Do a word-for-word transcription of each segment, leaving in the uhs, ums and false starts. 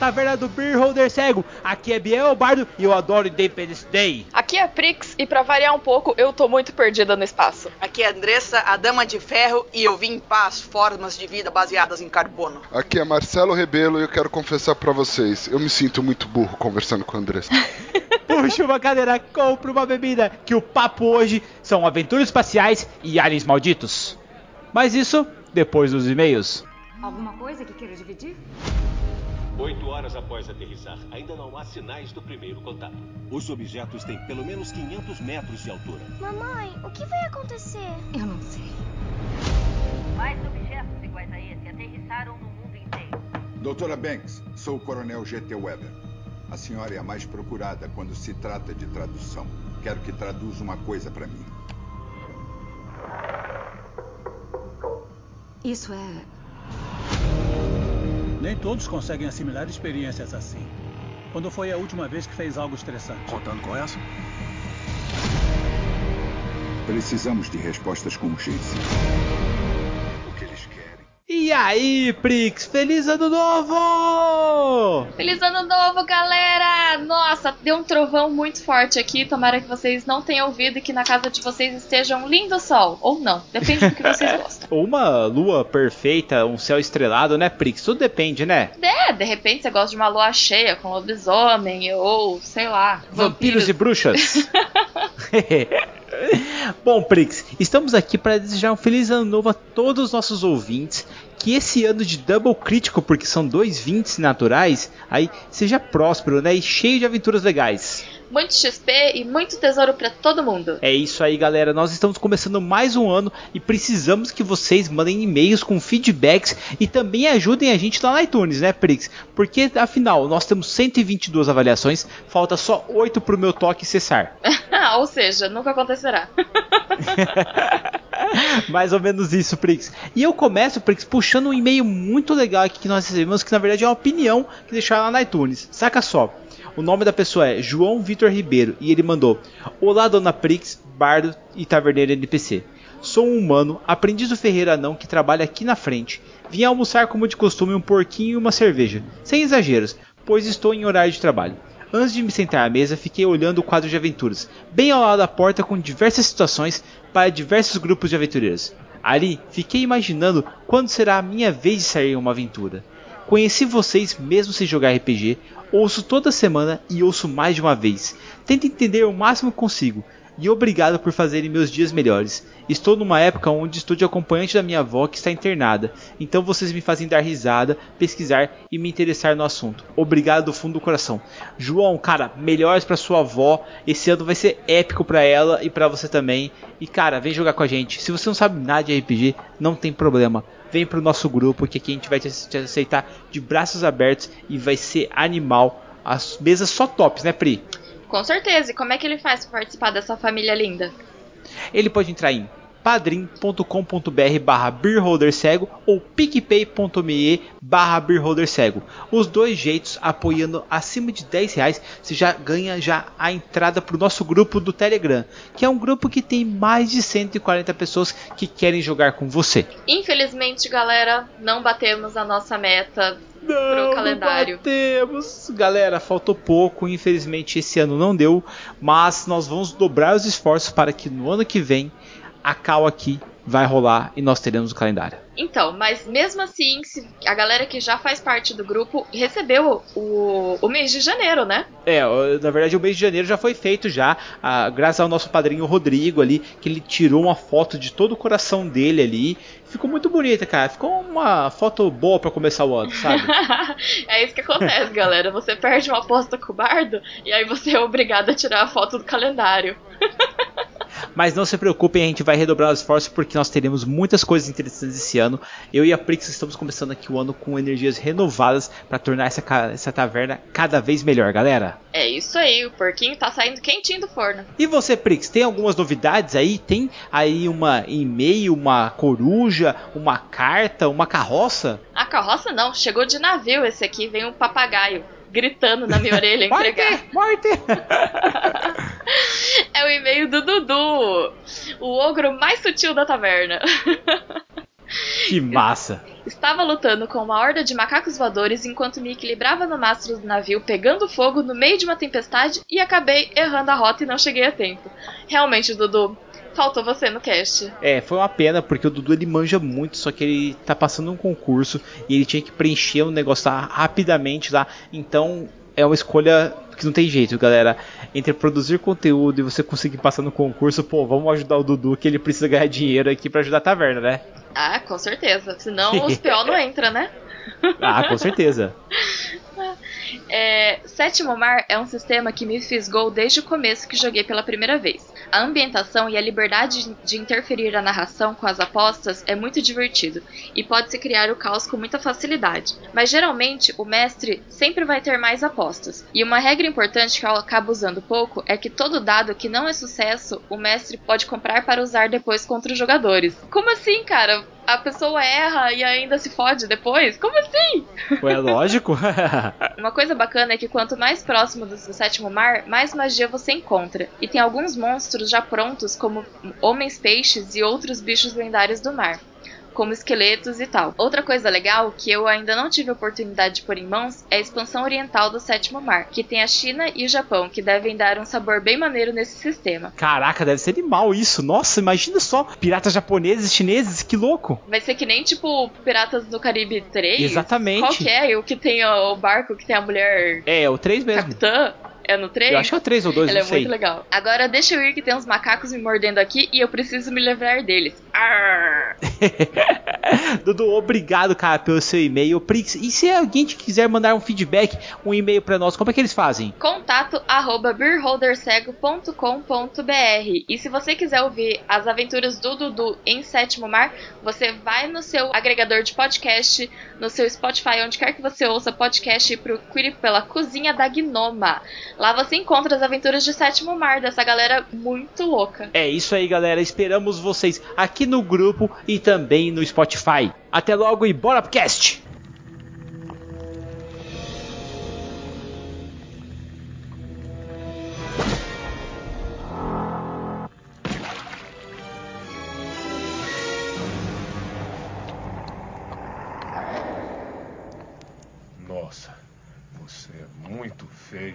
taverna do Beer Holder Cego. Aqui é Biel Bardo e eu adoro Independence Day. Aqui é Prix e pra variar um pouco, eu tô muito perdida no espaço. Aqui é Andressa, a Dama de Ferro, e eu vim em paz formas de vida baseadas em carbono. Aqui é Marcelo Rebelo e eu quero confessar pra vocês, eu me sinto muito burro conversando com a Andressa. Puxa uma cadeira, compre uma bebida, que o papo hoje são aventuras espaciais e aliens malditos. Mas isso depois dos e-mails. Alguma coisa que queira dividir? Oito horas após aterrissar, ainda não há sinais do primeiro contato. Os objetos têm pelo menos quinhentos metros de altura. Mamãe, o que vai acontecer? Eu não sei. Mais objetos iguais a esse aterrissaram no mundo inteiro. Doutora Banks, sou o Coronel G T Weber. A senhora é a mais procurada quando se trata de tradução. Quero que traduza uma coisa para mim. Isso é... Nem todos conseguem assimilar experiências assim. Quando foi a última vez que fez algo estressante? Contando com essa? Precisamos de respostas com urgência. O que eles querem? E aí, Prix, feliz ano novo! Feliz ano novo, galera! Nossa, deu um trovão muito forte aqui. Tomara que vocês não tenham ouvido e que na casa de vocês esteja um lindo sol. Ou não, depende do que vocês gostam. Ou uma lua perfeita, um céu estrelado, né, Prix? Tudo depende, né? É, de repente você gosta de uma lua cheia com lobisomem ou, sei lá, vampiros, vampiros e bruxas. Bom, Prix, estamos aqui para desejar um feliz ano novo a todos os nossos ouvintes. Que esse ano de double crítico, porque são dois vintes naturais, aí seja próspero, né? E cheio de aventuras legais. Muito X P e muito tesouro pra todo mundo. É isso aí, galera. Nós estamos começando mais um ano e precisamos que vocês mandem e-mails com feedbacks e também ajudem a gente lá no iTunes, né, Prix? Porque, afinal, nós temos cento e vinte e duas avaliações, falta só oito pro meu toque cessar. Ou seja, nunca acontecerá. Mais ou menos isso, Prix. E eu começo, Prix, puxando um e-mail muito legal aqui que nós recebemos, que na verdade é uma opinião que deixaram lá no iTunes. Saca só. O nome da pessoa é João Vitor Ribeiro e ele mandou: Olá, dona Prix, Bardo e Taverneiro N P C. Sou um humano, aprendiz do ferreiro anão que trabalha aqui na frente. Vim almoçar como de costume um porquinho e uma cerveja. Sem exageros, pois estou em horário de trabalho. Antes de me sentar à mesa, fiquei olhando o quadro de aventuras, bem ao lado da porta com diversas situações para diversos grupos de aventureiros. Ali, fiquei imaginando quando será a minha vez de sair em uma aventura. Conheci vocês mesmo sem jogar R P G, ouço toda semana e ouço mais de uma vez. Tento entender o máximo que consigo. E obrigado por fazerem meus dias melhores. Estou numa época onde estou de acompanhante da minha avó que está internada. Então vocês me fazem dar risada, pesquisar e me interessar no assunto. Obrigado do fundo do coração. João, cara, melhores pra sua avó. Esse ano vai ser épico pra ela e pra você também. E cara, vem jogar com a gente. Se você não sabe nada de R P G, não tem problema. Vem pro nosso grupo que aqui a gente vai te aceitar de braços abertos e vai ser animal. As mesas só tops, né, Pri? Com certeza. E como é que ele faz para participar dessa família linda? Ele pode entrar em padrim.com.br barra beerholdercego ou picpay.me barra beerholdercego. Os dois jeitos, apoiando acima de dez reais, você já ganha já a entrada para o nosso grupo do Telegram, que é um grupo que tem mais de cento e quarenta pessoas que querem jogar com você. Infelizmente, galera, não batemos a nossa meta não, pro calendário. Não batemos. Galera, faltou pouco, infelizmente esse ano não deu, mas nós vamos dobrar os esforços para que no ano que vem a call aqui vai rolar e nós teremos o calendário. Então, mas mesmo assim, se a galera que já faz parte do grupo recebeu o, o mês de janeiro, né? É, na verdade o mês de janeiro já foi feito já, ah, graças ao nosso padrinho Rodrigo ali, que ele tirou uma foto de todo o coração dele ali. Ficou muito bonita, cara. Ficou uma foto boa pra começar o ano, sabe? É isso que acontece, galera. Você perde uma aposta com o Bardo e aí você é obrigado a tirar a foto do calendário. Mas não se preocupem, a gente vai redobrar os esforços porque nós teremos muitas coisas interessantes esse ano. Eu e a Prix estamos começando aqui o ano com energias renovadas para tornar essa, essa taverna cada vez melhor, galera. É isso aí, o porquinho tá saindo quentinho do forno. E você, Prix, tem algumas novidades aí? Tem aí uma e-mail, uma coruja, uma carta, uma carroça? A carroça não, chegou de navio esse aqui, vem um papagaio gritando na minha orelha entregar. Morte! Morte! É o e-mail do Dudu, o ogro mais sutil da taverna. Que massa! Estava lutando com uma horda de macacos voadores enquanto me equilibrava no mastro do navio, pegando fogo no meio de uma tempestade e acabei errando a rota e não cheguei a tempo. Realmente, Dudu, faltou você no cast. É, foi uma pena, porque o Dudu ele manja muito, só que ele tá passando um concurso e ele tinha que preencher um negócio lá rapidamente lá, então é uma escolha que não tem jeito, galera. Entre produzir conteúdo e você conseguir passar no concurso, pô, vamos ajudar o Dudu, que ele precisa ganhar dinheiro aqui pra ajudar a taverna, né? Ah, com certeza, senão os P O não entram, né? Ah, com certeza. É, Sétimo Mar é um sistema que me fisgou desde o começo que joguei pela primeira vez. A ambientação e a liberdade de interferir na narração com as apostas é muito divertido e pode-se criar o caos com muita facilidade. Mas geralmente o mestre sempre vai ter mais apostas. E uma regra importante que eu acabo usando pouco é que todo dado que não é sucesso, o mestre pode comprar para usar depois contra os jogadores. Como assim, cara? A pessoa erra e ainda se fode depois? Como assim? Ué, lógico. Uma coisa bacana é que quanto mais próximo do, do sétimo mar, mais magia você encontra. E tem alguns monstros já prontos, como homens-peixes e outros bichos lendários do mar, como esqueletos e tal. Outra coisa legal, que eu ainda não tive a oportunidade de pôr em mãos, é a expansão oriental do sétimo mar, que tem a China e o Japão, que devem dar um sabor bem maneiro nesse sistema. Caraca, deve ser animal isso. Nossa, imagina só, piratas japoneses, chineses, que louco. Vai ser que nem tipo Piratas do Caribe três? Exatamente. Qual que é? O que tem o barco que tem a mulher... É, o três mesmo. Capitã? É no três? Eu acho que é o três ou dois, Ele não é sei. muito legal. Agora deixa eu ir que tem uns macacos me mordendo aqui e eu preciso me livrar deles. Arr! Dudu, obrigado, cara, pelo seu e-mail. Prix, e se alguém te quiser mandar um feedback, um e-mail pra nós, como é que eles fazem? Contato arroba beerholdercego ponto com ponto br. E se você quiser ouvir as aventuras do Dudu em Sétimo Mar, você vai no seu agregador de podcast, no seu Spotify, onde quer que você ouça podcast, e procure pela Cozinha da Gnoma. Lá você encontra as aventuras de Sétimo Mar, dessa galera muito louca. É isso aí, galera. Esperamos vocês aqui no grupo e também no Spotify. Até logo e bora pro cast! Nossa, você é muito feio.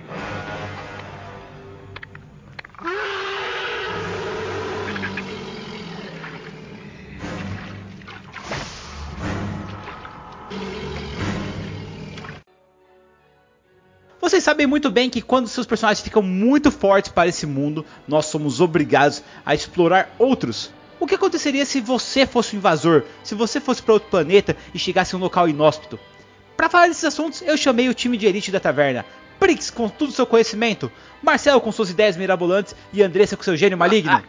Vocês sabem muito bem que quando seus personagens ficam muito fortes para esse mundo, nós somos obrigados a explorar outros. O que aconteceria se você fosse um invasor, se você fosse para outro planeta e chegasse a um local inóspito? Para falar desses assuntos, eu chamei o time de elite da taverna. Prix com todo o seu conhecimento, Marcelo com suas ideias mirabolantes e Andressa com seu gênio maligno.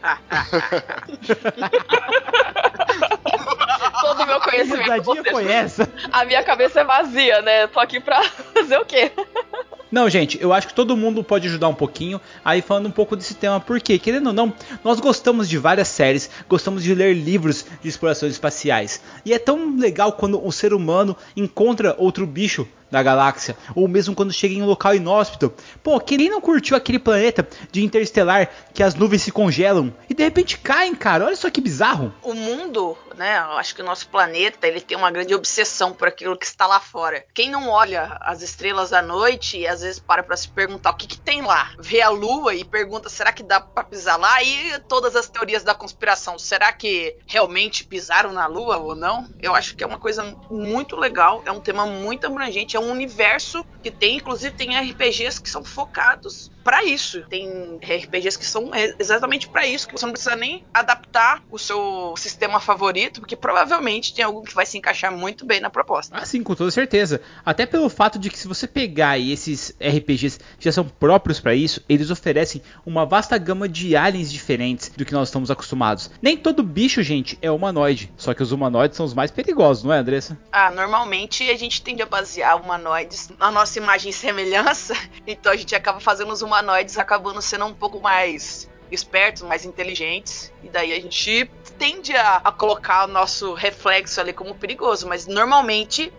Todo o meu conhecimento. Que risadinha foi essa? A minha cabeça é vazia, né? Tô aqui pra fazer o quê? Não, gente, eu acho que todo mundo pode ajudar um pouquinho aí falando um pouco desse tema, porque, querendo ou não, nós gostamos de várias séries, gostamos de ler livros de explorações espaciais. E é tão legal quando o ser humano encontra outro bicho da galáxia, ou mesmo quando chega em um local inóspito. Pô, quem não curtiu aquele planeta de Interestelar que as nuvens se congelam e de repente caem, cara? Olha só que bizarro. O mundo, né, eu acho que o nosso planeta, ele tem uma grande obsessão por aquilo que está lá fora. Quem não olha as estrelas à noite e às vezes para pra se perguntar o que que tem lá, vê a lua e pergunta, será que dá pra pisar lá? E todas as teorias da conspiração, será que realmente pisaram na lua ou não? Eu acho que é uma coisa muito legal, é um tema muito abrangente, é um universo que tem, inclusive tem R P Gs que são focados pra isso. Tem R P Gs que são exatamente pra isso, que você não precisa nem adaptar o seu sistema favorito, porque provavelmente tem algum que vai se encaixar muito bem na proposta. Ah, sim, com toda certeza. Até pelo fato de que se você pegar aí esses R P Gs que já são próprios pra isso, eles oferecem uma vasta gama de aliens diferentes do que nós estamos acostumados. Nem todo bicho, gente, é humanoide, só que os humanoides são os mais perigosos, não é, Andressa? Ah, normalmente a gente tende a basear humanoides na nossa imagem e semelhança, então a gente acaba fazendo os humanoides acabando sendo um pouco mais espertos, mais inteligentes, e daí a gente tende a, a colocar o nosso reflexo ali como perigoso, mas normalmente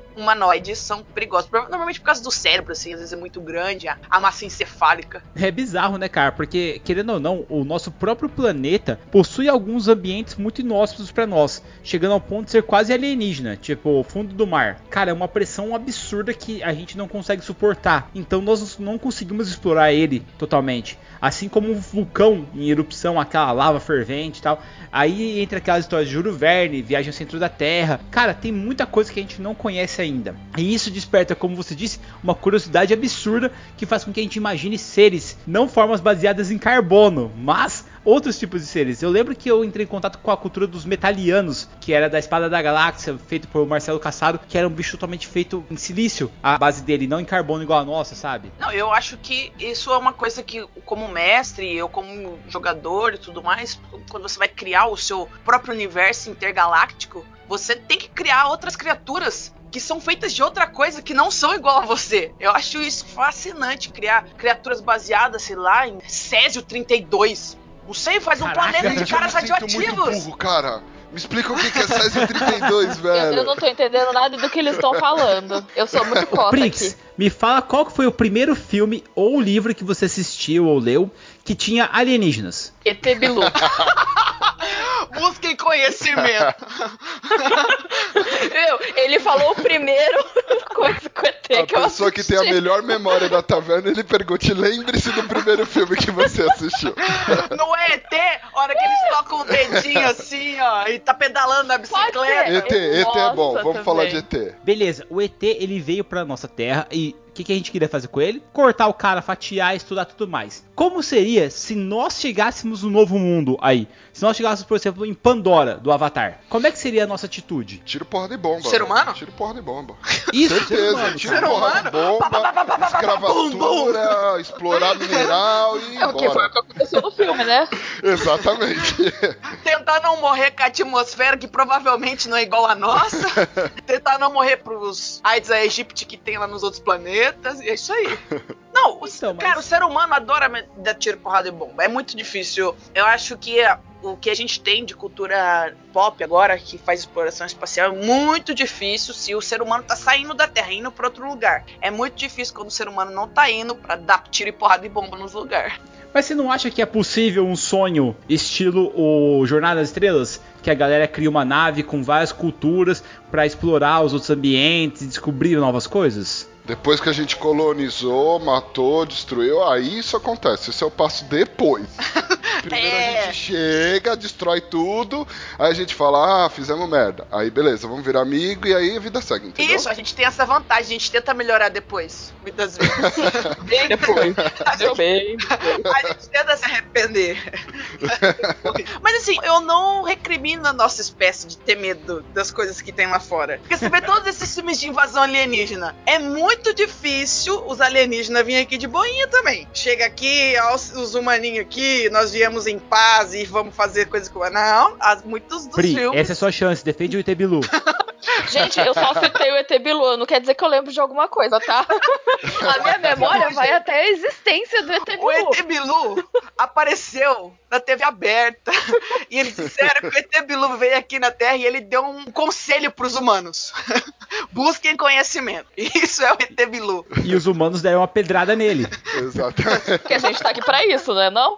humanoides são perigosos. Normalmente por causa do cérebro, assim, às vezes é muito grande, a, a massa encefálica. É bizarro, né, cara? Porque, querendo ou não, o nosso próprio planeta possui alguns ambientes muito inóspitos pra nós, chegando ao ponto de ser quase alienígena, tipo o fundo do mar. Cara, é uma pressão absurda que a gente não consegue suportar, então nós não conseguimos explorar ele totalmente. Assim como um vulcão em erupção, aquela lava fervente e tal. Aí entra aquelas histórias de Júlio Verne, Viagem ao Centro da Terra. Cara, tem muita coisa que a gente não conhece ainda. E isso desperta, como você disse, uma curiosidade absurda que faz com que a gente imagine seres, não formas baseadas em carbono, mas outros tipos de seres. Eu lembro que eu entrei em contato com a cultura dos metalianos, que era da Espada da Galáxia, feito por Marcelo Cassaro, que era um bicho totalmente feito em silício, a base dele, não em carbono igual a nossa, sabe? Não, eu acho que isso é uma coisa que, como mestre, eu como jogador e tudo mais, quando você vai criar o seu próprio universo intergaláctico, você tem que criar outras criaturas que são feitas de outra coisa, que não são igual a você. Eu acho isso fascinante, criar criaturas baseadas, sei lá, em Césio trinta e dois. Não sei, faz um Caraca, planeta de caras eu me sinto radioativos. muito burro, cara. Me explica o que é Césio trinta e dois, velho. Eu, eu não tô entendendo nada do que eles estão falando. Eu sou muito cota Prix, aqui. me fala qual que foi o primeiro filme ou livro que você assistiu ou leu que tinha alienígenas. E T Bilu. Busquem conhecimento. Meu, ele falou o primeiro coisa com o E T A que eu pessoa que tem a melhor memória da taverna, ele pergunta, lembre-se do primeiro filme que você assistiu. No E T, a hora que eles tocam o dedinho assim, ó, e tá pedalando na bicicleta. E T, E T é bom, Nossa, vamos falar de também. E T. Beleza, o E T ele veio pra nossa Terra e o que, que a gente queria fazer com ele? Cortar o cara, fatiar, estudar tudo mais. Como seria se nós chegássemos no novo mundo aí? Se nós chegássemos, por exemplo, em Pandora, do Avatar. Como é que seria a nossa atitude? Tiro porra de bomba. Ser humano? Tiro porra de bomba. Isso, ser Certeza, humano, tiro ser porra humano. de bomba, escravatura, explorar mineral e É o que foi o embora. que aconteceu no filme, né? Exatamente. Tentar não morrer com a atmosfera, que provavelmente não é igual a nossa. Tentar não morrer pros Aedes aegypti que tem lá nos outros planetas. E é isso aí. Não, o, Então, mas- cara, o ser humano adora me- dar tiro, porrada e bomba. É muito difícil. Eu acho que a- o que a gente tem de cultura pop agora, que faz exploração espacial, é muito difícil se o ser humano tá saindo da Terra, indo pra outro lugar. É muito difícil quando o ser humano não tá indo pra dar tiro e porrada e bomba nos lugares. Mas você não acha que é possível um sonho estilo o Jornada das Estrelas? Que a galera cria uma nave com várias culturas pra explorar os outros ambientes e descobrir novas coisas? Depois que a gente colonizou, matou, destruiu, aí isso acontece. Esse é o passo depois. Primeiro É. a gente chega, destrói tudo, aí a gente fala, ah, fizemos merda. Aí beleza, vamos virar amigo e aí a vida segue, entendeu? Isso, a gente tem essa vantagem, a gente tenta melhorar depois, muitas vezes. Bem depois. Deu bem. A gente tenta se arrepender. Mas assim, eu não recrimino a nossa espécie de ter medo das coisas que tem lá fora. Porque você vê todos esses filmes de invasão alienígena. É muito difícil os alienígenas virem aqui de boinha também. Chega aqui, ó, os, os humaninhos aqui, nós viemos em paz e vamos fazer coisas com... Não, as, muitos dos Pri, filmes... essa é a sua chance, defende o E T Bilu. Gente, eu só citei o E T Bilu, não quer dizer que eu lembro de alguma coisa, tá? A minha memória vai até a existência do E T Bilu. O E T Bilu apareceu na T V aberta e eles disseram que o E T Bilu veio aqui na Terra e ele deu um conselho pros humanos. Busquem conhecimento. Isso é o E T Bilu. E os humanos deram uma pedrada nele. Exatamente. Porque a gente tá aqui pra isso, né, não?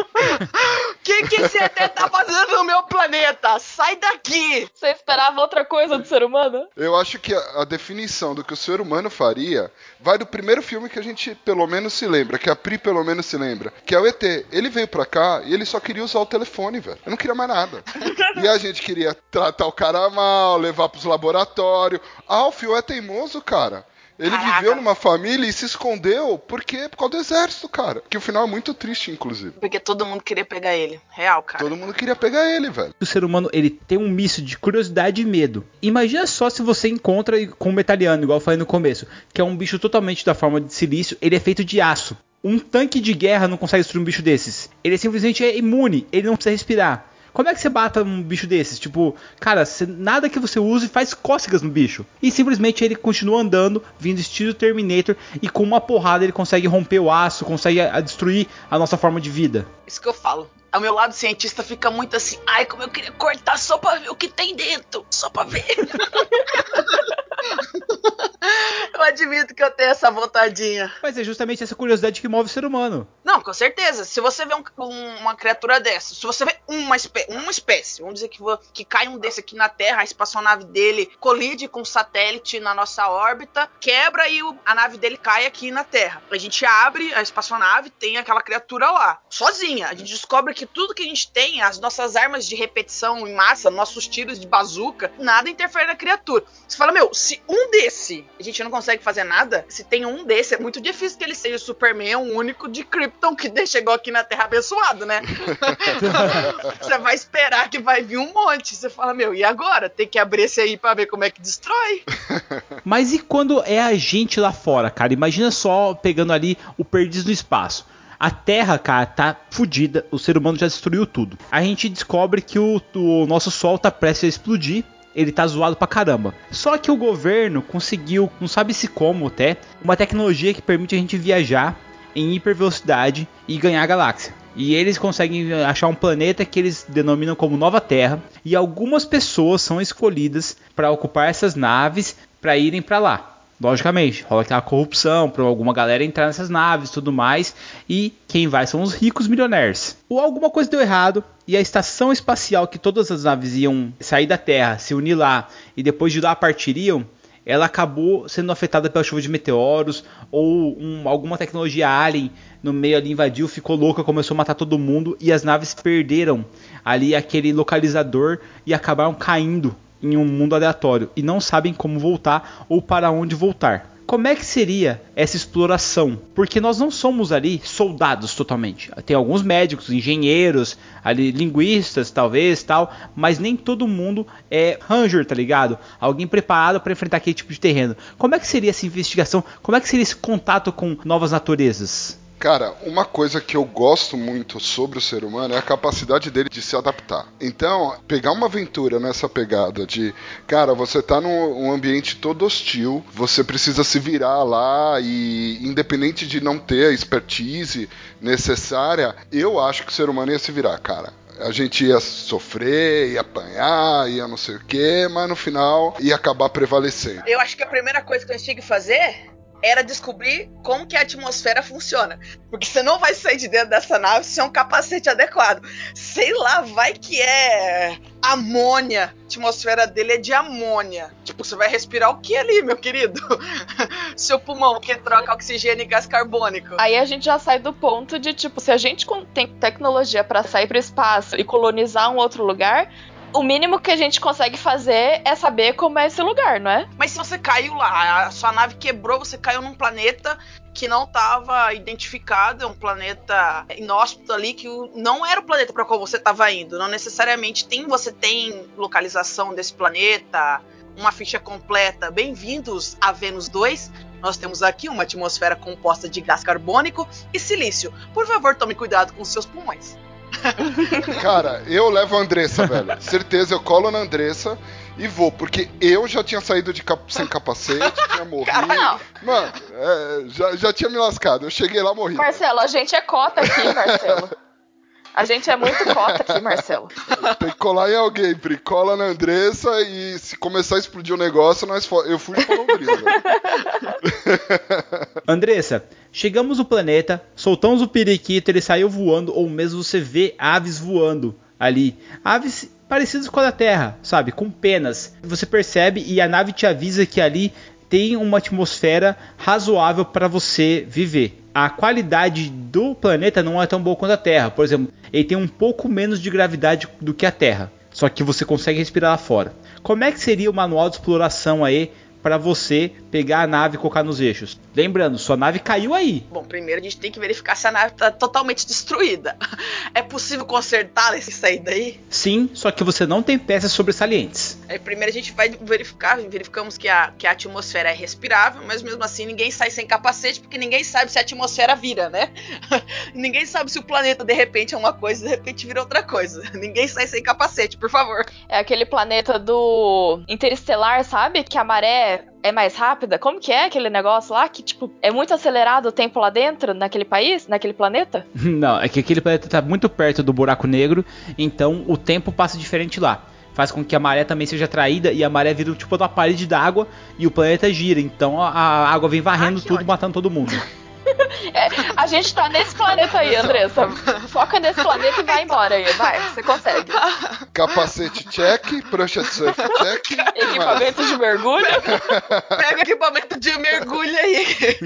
O que que você até tá fazendo no meu planeta? Sai daqui! Você esperava outra coisa do ser humano? Eu acho que a, a definição do que o ser humano faria vai do primeiro filme que a gente pelo menos se lembra, que a Pri pelo menos se lembra, que é o E T. Ele veio pra cá e ele só queria usar o telefone, velho. Eu não queria mais nada. E a gente queria tratar o cara mal, levar pros laboratórios. Alfio é teimoso, cara. Ele Caraca. viveu numa família e se escondeu porque por causa do exército, cara. Que o final é muito triste, inclusive. Porque todo mundo queria pegar ele. Real, cara. Todo mundo queria pegar ele, velho. O ser humano, ele tem um misto de curiosidade e medo. Imagina só se você encontra com um metaliano, igual eu falei no começo, que é um bicho totalmente da forma de silício, ele é feito de aço. Um tanque de guerra não consegue destruir um bicho desses. Ele simplesmente é imune, ele não precisa respirar. Como é que você bata um bicho desses? Tipo, cara, você, nada que você use faz cócegas no bicho. E simplesmente ele continua andando, vindo estilo Terminator, e com uma porrada ele consegue romper o aço, consegue a, a destruir a nossa forma de vida. Isso que eu falo. O meu lado cientista fica muito assim, ai, como eu queria cortar só pra ver o que tem dentro, só pra ver. Eu admito que eu tenho essa vontadinha. Mas é justamente essa curiosidade que move o ser humano. Não, com certeza. Se você vê um, um, uma criatura dessa, se você vê uma, espé uma espécie, vamos dizer que, que cai um desse aqui na Terra, a espaçonave dele colide com um satélite na nossa órbita, quebra e o, a nave dele cai aqui na Terra. A gente abre a espaçonave, tem aquela criatura lá, sozinha. A gente descobre que tudo que a gente tem, as nossas armas de repetição em massa, nossos tiros de bazuca, nada interfere na criatura. Você fala, meu, se um desse a gente não consegue fazer nada, se tem um desse, é muito difícil que ele seja o Superman, o único de Krypton que chegou aqui na Terra abençoado, né? Você vai esperar que vai vir um monte. Você fala, meu, e agora? Tem que abrir esse aí pra ver como é que destrói. Mas e quando é a gente lá fora, cara? Imagina só pegando ali o Perdiz no espaço. A Terra, cara, tá fodida. O ser humano já destruiu tudo. A gente descobre que o, o nosso Sol tá prestes a explodir. Ele tá zoado pra caramba. Só que o governo conseguiu, não sabe se como até, uma tecnologia que permite a gente viajar em hipervelocidade e ganhar a galáxia. E eles conseguem achar um planeta que eles denominam como Nova Terra. E algumas pessoas são escolhidas para ocupar essas naves para irem para lá. Logicamente, rola aquela corrupção para alguma galera entrar nessas naves e tudo mais. E quem vai são os ricos milionários. Ou alguma coisa deu errado e a estação espacial que todas as naves iam sair da Terra, se unir lá e depois de lá partiriam, ela acabou sendo afetada pela chuva de meteoros, ou um, alguma tecnologia alien no meio ali invadiu, ficou louca, começou a matar todo mundo, e as naves perderam ali aquele localizador e acabaram caindo em um mundo aleatório, e não sabem como voltar ou para onde voltar. Como é que seria essa exploração? Porque nós não somos ali soldados totalmente. Tem alguns médicos, engenheiros, ali, linguistas talvez, tal, mas nem todo mundo é ranger, tá ligado? Alguém preparado para enfrentar aquele tipo de terreno. Como é que seria essa investigação? Como é que seria esse contato com novas naturezas? Cara, uma coisa que eu gosto muito sobre o ser humano é a capacidade dele de se adaptar. Então, pegar uma aventura nessa pegada de, cara, você tá num ambiente todo hostil, você precisa se virar lá e, independente de não ter a expertise necessária, eu acho que o ser humano ia se virar, cara. A gente ia sofrer, ia apanhar, ia não sei o quê, mas no final ia acabar prevalecendo. Eu acho que a primeira coisa que a gente tinha que fazer era descobrir como que a atmosfera funciona. Porque você não vai sair de dentro dessa nave sem um capacete adequado. Sei lá, vai que é amônia. A atmosfera dele é de amônia. Tipo, você vai respirar o que ali, meu querido? Seu pulmão que troca oxigênio e gás carbônico. Aí a gente já sai do ponto de, tipo, se a gente tem tecnologia pra sair pro espaço e colonizar um outro lugar, o mínimo que a gente consegue fazer é saber como é esse lugar, não é? Mas se você caiu lá, a sua nave quebrou, você caiu num planeta que não estava identificado, é um planeta inóspito ali, que não era o planeta para qual você estava indo. Não necessariamente tem, você tem localização desse planeta, uma ficha completa. Bem-vindos a Vênus dois. Nós temos aqui uma atmosfera composta de gás carbônico e silício. Por favor, tome cuidado com os seus pulmões. Cara, eu levo a Andressa, velho. Certeza, eu colo na Andressa e vou, porque eu já tinha saído de cap- sem capacete, tinha morrido. Caramba. Mano, é, já, já tinha me lascado. Eu cheguei lá, morri. Marcelo, a gente é cota aqui, Marcelo. A gente é muito cota aqui, Marcelo. Tem que colar em alguém, Pri. Cola na Andressa e se começar a explodir o negócio, nós fo- eu fujo pra Londrina. Andressa, chegamos no planeta, soltamos o periquito, ele saiu voando, ou mesmo você vê aves voando ali. Aves parecidas com a da Terra, sabe? Com penas. Você percebe e a nave te avisa que ali tem uma atmosfera razoável para você viver. A qualidade do planeta não é tão boa quanto a Terra. Por exemplo, ele tem um pouco menos de gravidade do que a Terra. Só que você consegue respirar lá fora. Como é que seria o manual de exploração aí para você pegar a nave e colocar nos eixos? Lembrando, sua nave caiu aí. Bom, primeiro a gente tem que verificar se a nave está totalmente destruída. É possível consertar isso aí daí? Sim, só que você não tem peças sobressalentes. Aí primeiro a gente vai verificar, verificamos que a, que a atmosfera é respirável, mas mesmo assim ninguém sai sem capacete, porque ninguém sabe se a atmosfera vira, né? Ninguém sabe se o planeta de repente é uma coisa e de repente vira outra coisa. Ninguém sai sem capacete, por favor. É aquele planeta do Interestelar, sabe? Que a maré é mais rápida? Como que é aquele negócio lá que, tipo, é muito acelerado o tempo lá dentro, naquele país, naquele planeta? Não, é que aquele planeta tá muito perto do buraco negro, então o tempo passa diferente lá. Faz com que a maré também seja atraída e a maré vira tipo uma parede d'água e o planeta gira. Então a, a água vem varrendo ah, tudo, ótimo. Matando todo mundo. É, a gente tá nesse planeta aí, Andressa. Foca nesse planeta e vai embora aí. Vai, você consegue. Capacete check, prancha de surf check. Equipamento de mergulho. Pega equipamento de mergulho aí.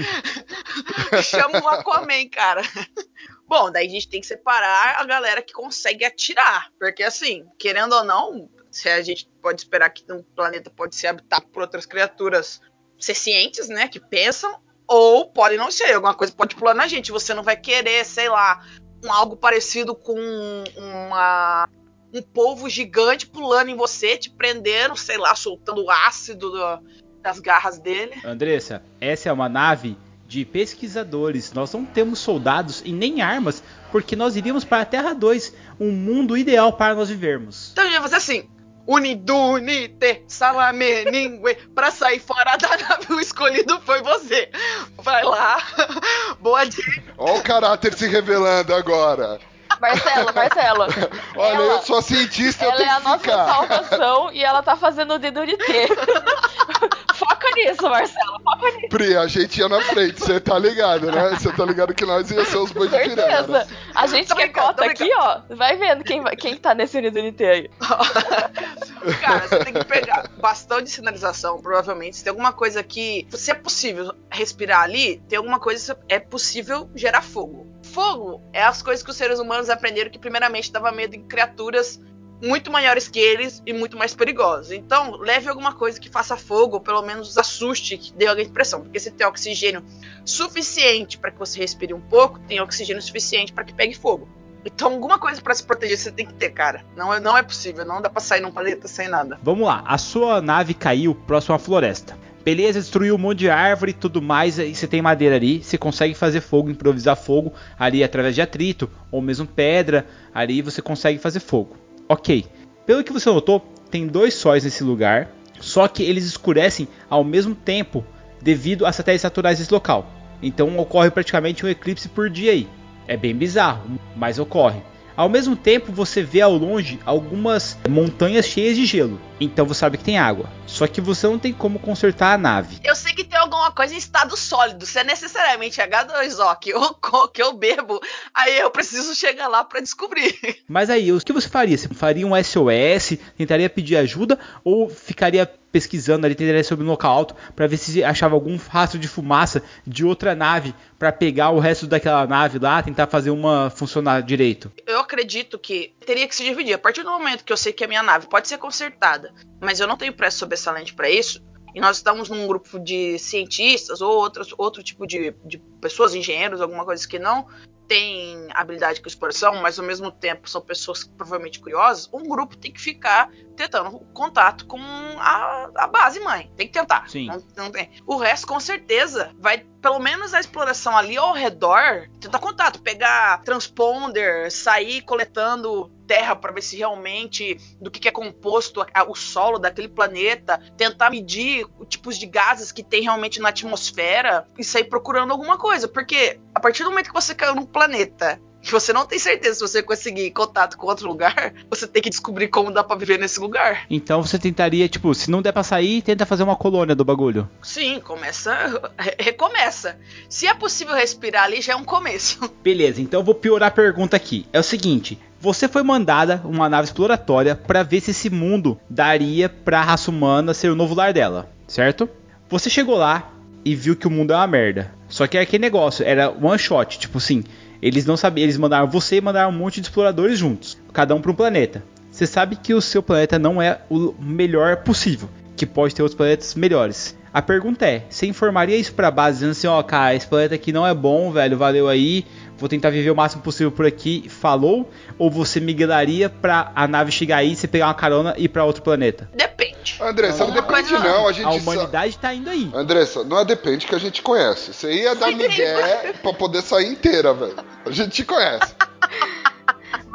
Chama o Aquaman, cara. Bom, daí a gente tem que separar a galera que consegue atirar. Porque assim, querendo ou não, se a gente pode esperar que um planeta pode ser habitado por outras criaturas sencientes, né, que pensam. Ou pode não ser, alguma coisa pode pular na gente. Você não vai querer, sei lá, um, algo parecido com uma, um polvo gigante pulando em você, te prendendo, sei lá, soltando ácido do, das garras dele. Andressa, essa é uma nave de pesquisadores. Nós não temos soldados e nem armas, porque nós iríamos para a Terra dois, um mundo ideal para nós vivermos. Então a gente vai fazer assim. Unidunite, salameningue, pra sair fora da nave, o escolhido foi você. Vai lá, boa dica. Olha o caráter se revelando agora. Marcelo, Marcelo. Olha, ela, eu sou cientista, ela eu tenho é a que nossa ficar. salvação e ela tá fazendo o dedo de T. Foca nisso, Marcelo, foca nisso. Pri, a gente ia na frente, você tá ligado, né? Você tá ligado que nós ia ser os bois de piranga. A gente que cota aqui, ó, vai vendo quem, quem tá nesse unido N T aí. Cara, você tem que pegar bastão de sinalização, provavelmente. Se tem alguma coisa que, se é possível respirar ali, tem alguma coisa é possível gerar fogo. Fogo é as coisas que os seres humanos aprenderam que primeiramente dava medo em criaturas muito maiores que eles e muito mais perigosas. Então, leve alguma coisa que faça fogo, ou pelo menos assuste, que dê alguma impressão. Porque se tem oxigênio suficiente para que você respire um pouco, tem oxigênio suficiente para que pegue fogo. Então, alguma coisa para se proteger você tem que ter, cara. Não é, não é possível, não dá pra sair num planeta sem nada. Vamos lá, a sua nave caiu próximo à floresta. Beleza, destruiu um monte de árvore e tudo mais, e você tem madeira ali, você consegue fazer fogo, improvisar fogo ali através de atrito, ou mesmo pedra, ali você consegue fazer fogo. Ok, pelo que você notou, tem dois sóis nesse lugar, só que eles escurecem ao mesmo tempo devido a satélites naturais desse local. Então ocorre praticamente um eclipse por dia aí. É bem bizarro, mas ocorre. Ao mesmo tempo você vê ao longe algumas montanhas cheias de gelo, então você sabe que tem água. Só que você não tem como consertar a nave. Eu sei que tem alguma coisa em estado sólido, se é necessariamente H dois O que eu, que eu bebo, aí eu preciso chegar lá pra descobrir. Mas aí, o que você faria? Você faria um S O S, tentaria pedir ajuda ou ficaria pesquisando ali, tentaria subir no local alto para ver se achava algum rastro de fumaça de outra nave para pegar o resto daquela nave lá, tentar fazer uma funcionar direito? Eu acredito que teria que se dividir. A partir do momento que eu sei que a minha nave pode ser consertada, mas eu não tenho pressa sobressalente para isso, e nós estamos num grupo de cientistas ou outros, outro tipo de, de pessoas, engenheiros, alguma coisa que não tem habilidade com exploração, mas ao mesmo tempo são pessoas provavelmente curiosas, um grupo tem que ficar tentando contato com a, a base mãe. Tem que tentar. Sim. Não, não tem. O resto, com certeza, vai, pelo menos a exploração ali ao redor, tentar contato, pegar transponder, sair coletando terra para ver se realmente do que, que é composto a, a, o solo daquele planeta, tentar medir tipos de gases que tem realmente na atmosfera e sair procurando alguma coisa, porque a partir do momento que você caiu num planeta que você não tem certeza se você conseguir contato com outro lugar, você tem que descobrir como dá pra viver nesse lugar. Então você tentaria, tipo, se não der pra sair, tenta fazer uma colônia do bagulho. Sim, começa, re- recomeça. Se é possível respirar ali, já é um começo. Beleza, então eu vou piorar a pergunta aqui. É o seguinte, você foi mandada uma nave exploratória pra ver se esse mundo daria pra raça humana ser o novo lar dela, certo? Você chegou lá e viu que o mundo é uma merda. Só que era aquele negócio, era one shot, tipo assim... Eles não sabiam, eles mandaram você e mandaram um monte de exploradores juntos, cada um para um planeta. Você sabe que o seu planeta não é o melhor possível, que pode ter outros planetas melhores. A pergunta é, você informaria isso pra base, dizendo assim, ó, oh, cara, esse planeta aqui não é bom, velho, valeu aí, vou tentar viver o máximo possível por aqui, falou? Ou você migraria pra a nave chegar aí, você pegar uma carona e ir pra outro planeta? Depende. Andressa, não depende não, a gente A humanidade sa... tá indo aí. Andressa, não é depende que a gente conhece. Você ia dar migué pra poder sair inteira, velho. A gente te conhece. Mas,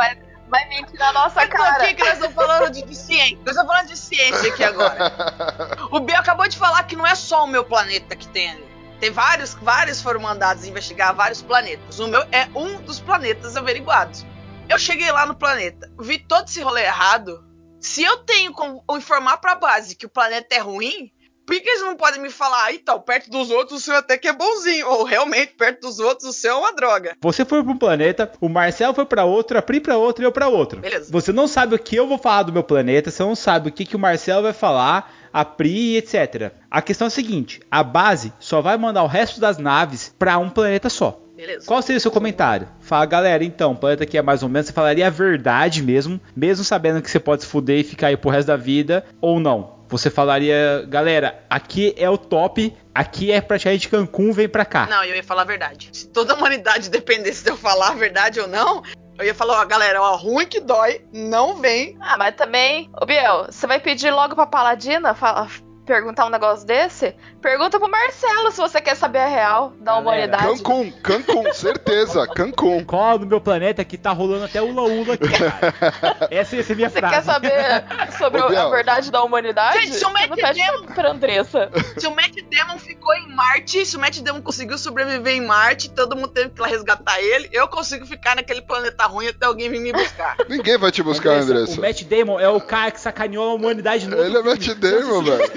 Vai mentir na nossa cara. Por que que nós estamos falando de, de ciência? Nós estamos falando de ciência aqui agora. O Biel acabou de falar que não é só o meu planeta que tem ali. Tem vários, vários foram mandados investigar vários planetas. O meu é um dos planetas averiguados. Eu cheguei lá no planeta, vi todo esse rolê errado. Se eu tenho como informar pra base que o planeta é ruim, por que eles não podem me falar, ah, então, perto dos outros o seu até que é bonzinho, ou realmente, perto dos outros o seu é uma droga. Você foi pra um planeta, o Marcel foi pra outro, a Pri pra outro e eu pra outro. Beleza. Você não sabe o que eu vou falar do meu planeta, você não sabe o que, que o Marcel vai falar, a Pri, etcétera. A questão é a seguinte, a base só vai mandar o resto das naves pra um planeta só. Beleza. Qual seria o seu comentário? Fala, galera, então, o planeta aqui é mais ou menos, você falaria a verdade mesmo, mesmo sabendo que você pode se fuder e ficar aí pro resto da vida, ou não? Você falaria, galera, aqui é o top, aqui é praticamente Cancún, vem pra cá. Não, eu ia falar a verdade. Se toda a humanidade dependesse de eu falar a verdade ou não, eu ia falar, ó, galera, ó, ruim que dói, não vem. Ah, mas também, ô Biel, você vai pedir logo pra Paladina fala, perguntar um negócio desse? Pergunta pro Marcelo se você quer saber a real da humanidade. Cancún, Cancún, certeza, Cancún. Qual no meu planeta que tá rolando até ula ula aqui, cara? Essa ia ser minha Você frase. quer saber sobre Ô, Biel. a verdade da humanidade? Gente, se o Matt Não pede Damon- pra Andressa. Se o Matt Damon ficou em Marte, se o Matt Damon conseguiu sobreviver em Marte, todo mundo teve que ir lá resgatar ele, eu consigo ficar naquele planeta ruim até alguém vir me buscar. Ninguém vai te buscar, Andressa, Andressa. O Matt Damon é o cara que sacaneou a humanidade no Ele é outro Matt filme. Damon, velho.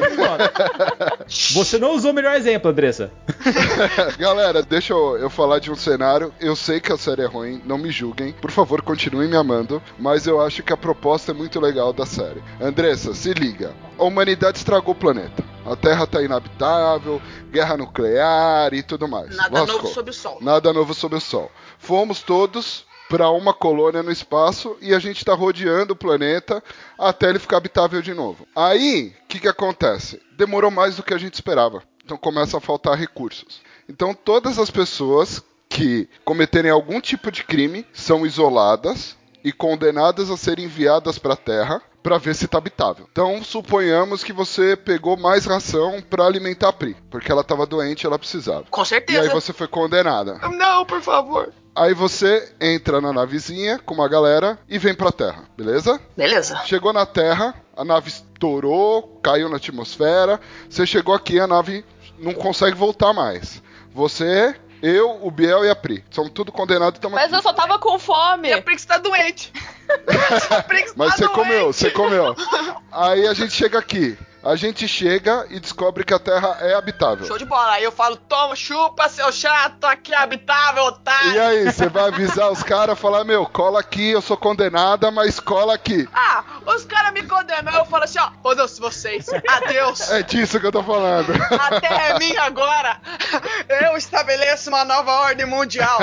Você não usou o melhor exemplo, Andressa. Galera, deixa eu, eu falar de um cenário. Eu sei que a série é ruim, não me julguem. Por favor, continuem me amando. Mas eu acho que a proposta é muito legal da série. Andressa, se liga. A humanidade estragou o planeta. A Terra tá inabitável, guerra nuclear e tudo mais. Nada Lascou. novo sob o sol. Nada novo sob o sol. Fomos todos para uma colônia no espaço e a gente está rodeando o planeta até ele ficar habitável de novo. Aí, o que, que acontece? Demorou mais do que a gente esperava. Então começa a faltar recursos. Então todas as pessoas que cometerem algum tipo de crime são isoladas e condenadas a serem enviadas para a Terra para ver se está habitável. Então suponhamos que você pegou mais ração para alimentar a Pri, porque ela estava doente e ela precisava. Com E certeza. aí você foi condenada. Não, por favor. Aí você entra na navezinha com uma galera e vem pra Terra, beleza? Beleza. Chegou na Terra, a nave estourou, caiu na atmosfera. Você chegou aqui, a nave não consegue voltar mais. Você, eu, o Biel e a Pri. Somos tudo condenados e estamos Mas aqui. eu só tava com fome. E a Prix tá doente. A Prix Mas tá você doente. comeu, você comeu. Aí a gente chega aqui. A gente chega e descobre que a Terra é habitável. Show de bola. Aí eu falo, toma, chupa, seu chato, aqui é habitável, otário. E aí, você vai avisar os caras, falar, meu, cola aqui, eu sou condenada, mas cola aqui. Ah, os caras me condenam. Eu falo assim, ó, foda-se vocês. Adeus. É disso que eu tô falando. A terra é minha agora. Eu estabeleço uma nova ordem mundial.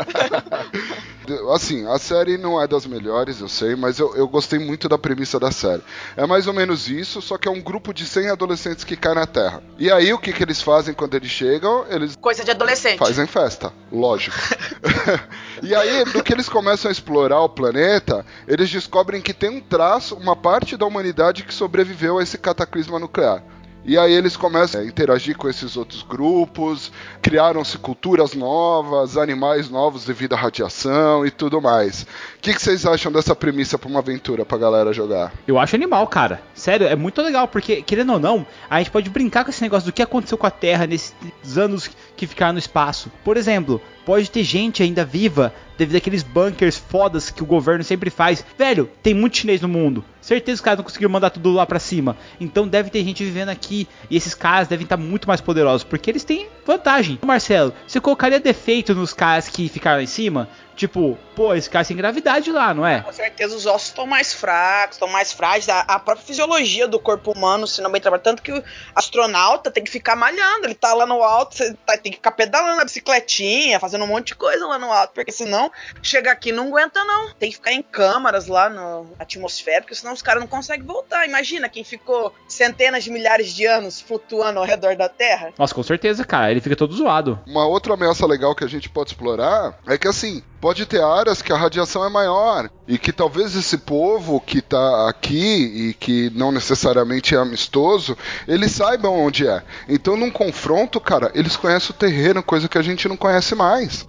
Assim, a série não é das melhores, eu sei, mas eu, eu gostei muito da premissa da série. É mais ou menos isso, só que é um grupo de cem adolescentes que cai na Terra. E aí, o que, que eles fazem quando eles chegam? Eles Coisa de adolescente. fazem festa, lógico. E aí, no que eles começam a explorar o planeta, eles descobrem que tem um traço, uma parte da humanidade que sobreviveu a esse cataclisma nuclear. E aí eles começam a interagir com esses outros grupos, criaram-se culturas novas, animais novos devido à radiação e tudo mais. O que, que vocês acham dessa premissa pra uma aventura pra galera jogar? Eu acho animal, cara. Sério, é muito legal, porque, querendo ou não, a gente pode brincar com esse negócio do que aconteceu com a Terra nesses anos que ficaram no espaço. Por exemplo, pode ter gente ainda viva devido àqueles bunkers fodas que o governo sempre faz. Velho, tem muito chinês no mundo. Certeza que os caras não conseguiram mandar tudo lá pra cima. Então deve ter gente vivendo aqui. E esses caras devem estar muito mais poderosos, porque eles têm vantagem. Marcelo, você colocaria defeito nos caras que ficaram lá em cima? Tipo, pô, esse cara tem gravidade lá, não é? Com certeza os ossos estão mais fracos, estão mais frágeis. A, a própria fisiologia do corpo humano, se não bem trabalhado. Tanto que o astronauta tem que ficar malhando. Ele tá lá no alto, você tá, tem que ficar pedalando a bicicletinha, fazendo um monte de coisa lá no alto. Porque senão, chegar aqui não aguenta não. Tem que ficar em câmaras lá na atmosfera, porque senão os caras não conseguem voltar. Imagina quem ficou centenas de milhares de anos flutuando ao redor da Terra. Nossa, com certeza, cara. Ele fica todo zoado. Uma outra ameaça legal que a gente pode explorar é que, assim, pode ter áreas que a radiação é maior e que talvez esse povo que tá aqui e que não necessariamente é amistoso, eles saibam onde é. Então, num confronto, cara, eles conhecem o terreno, coisa que a gente não conhece mais.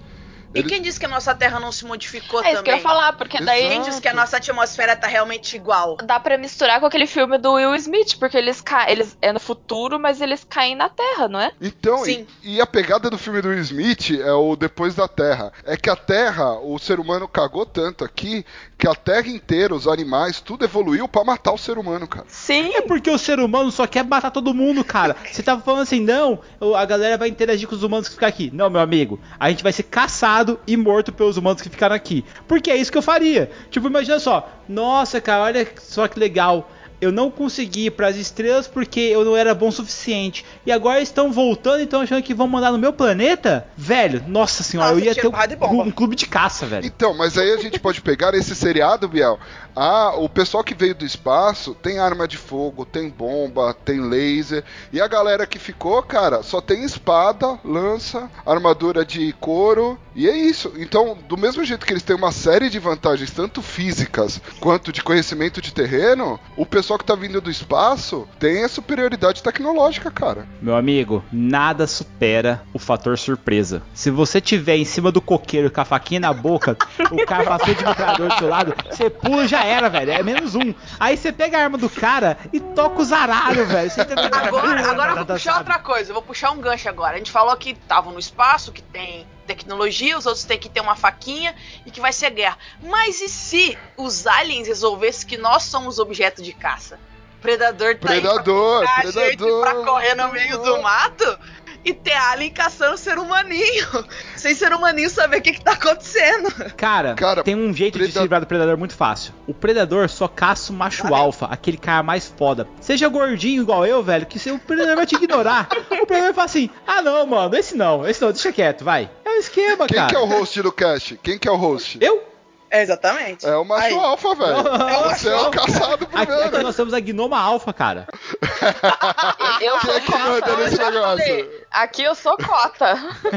E quem disse que a nossa Terra não se modificou é também? É isso que eu ia falar, porque daí... Quem disse que a nossa atmosfera tá realmente igual? Dá pra misturar com aquele filme do Will Smith, porque eles caem... Eles é no futuro, mas eles caem na Terra, não é? Então, Sim. E, e a pegada do filme do Will Smith é o Depois da Terra. É que a Terra, o ser humano cagou tanto aqui, que a Terra inteira, os animais, tudo evoluiu pra matar o ser humano, cara. Sim. É porque o ser humano só quer matar todo mundo, cara. Você tava falando assim, não, a galera vai interagir com os humanos que ficar aqui. Não, meu amigo, a gente vai ser caçado e morto pelos humanos que ficaram aqui. Porque é isso que eu faria. Tipo, imagina só, nossa, cara, olha só que legal. Eu não consegui ir pras estrelas porque eu não era bom o suficiente. E agora estão voltando e estão achando que vão mandar no meu planeta? Velho, nossa senhora, Nossa, eu ia ter um, um clube de caça, velho. Então, mas aí a gente pode pegar esse seriado, Biel. Ah, o pessoal que veio do espaço tem arma de fogo, tem bomba, tem laser. E a galera que ficou, cara, só tem espada, lança, armadura de couro. E é isso. Então, do mesmo jeito que eles têm uma série de vantagens, tanto físicas quanto de conhecimento de terreno, o pessoal que tá vindo do espaço tem a superioridade tecnológica, cara. Meu amigo, nada supera o fator surpresa. Se você tiver em cima do coqueiro com a faquinha na boca, o cara passou de metralhador do seu lado, você pula, já era, velho. É menos um. Aí você pega a arma do cara e toca o zaralho, velho. Você agora, agora eu vou puxar outra coisa. Eu vou puxar um gancho agora. A gente falou que estavam no espaço, que tem tecnologia, os outros têm que ter uma faquinha e que vai ser guerra. Mas e se os aliens resolvessem que nós somos objeto de caça? Predador tá predador, aí pra, predador, a gente pra correr no meio do mato e ter alien caçando ser humaninho, sem ser humaninho saber o que, que tá acontecendo. Cara, Cara tem um jeito predador... de se livrar do predador muito fácil. O predador só caça o macho Valeu. alfa, aquele cara mais foda. Seja gordinho igual eu, velho, que o predador vai te ignorar. O predador vai falar assim, ah não, mano, esse não, esse não, deixa quieto, vai. É um esquema, Quem cara. Quem que é o host do cast? Quem que é o host? Eu? É, exatamente. É o macho Aí. alfa, velho. É Você é o caçado primeiro. Aqui, aqui nós temos a gnoma alfa, cara. Eu Quem é que manda nesse negócio? Aqui eu sou cota.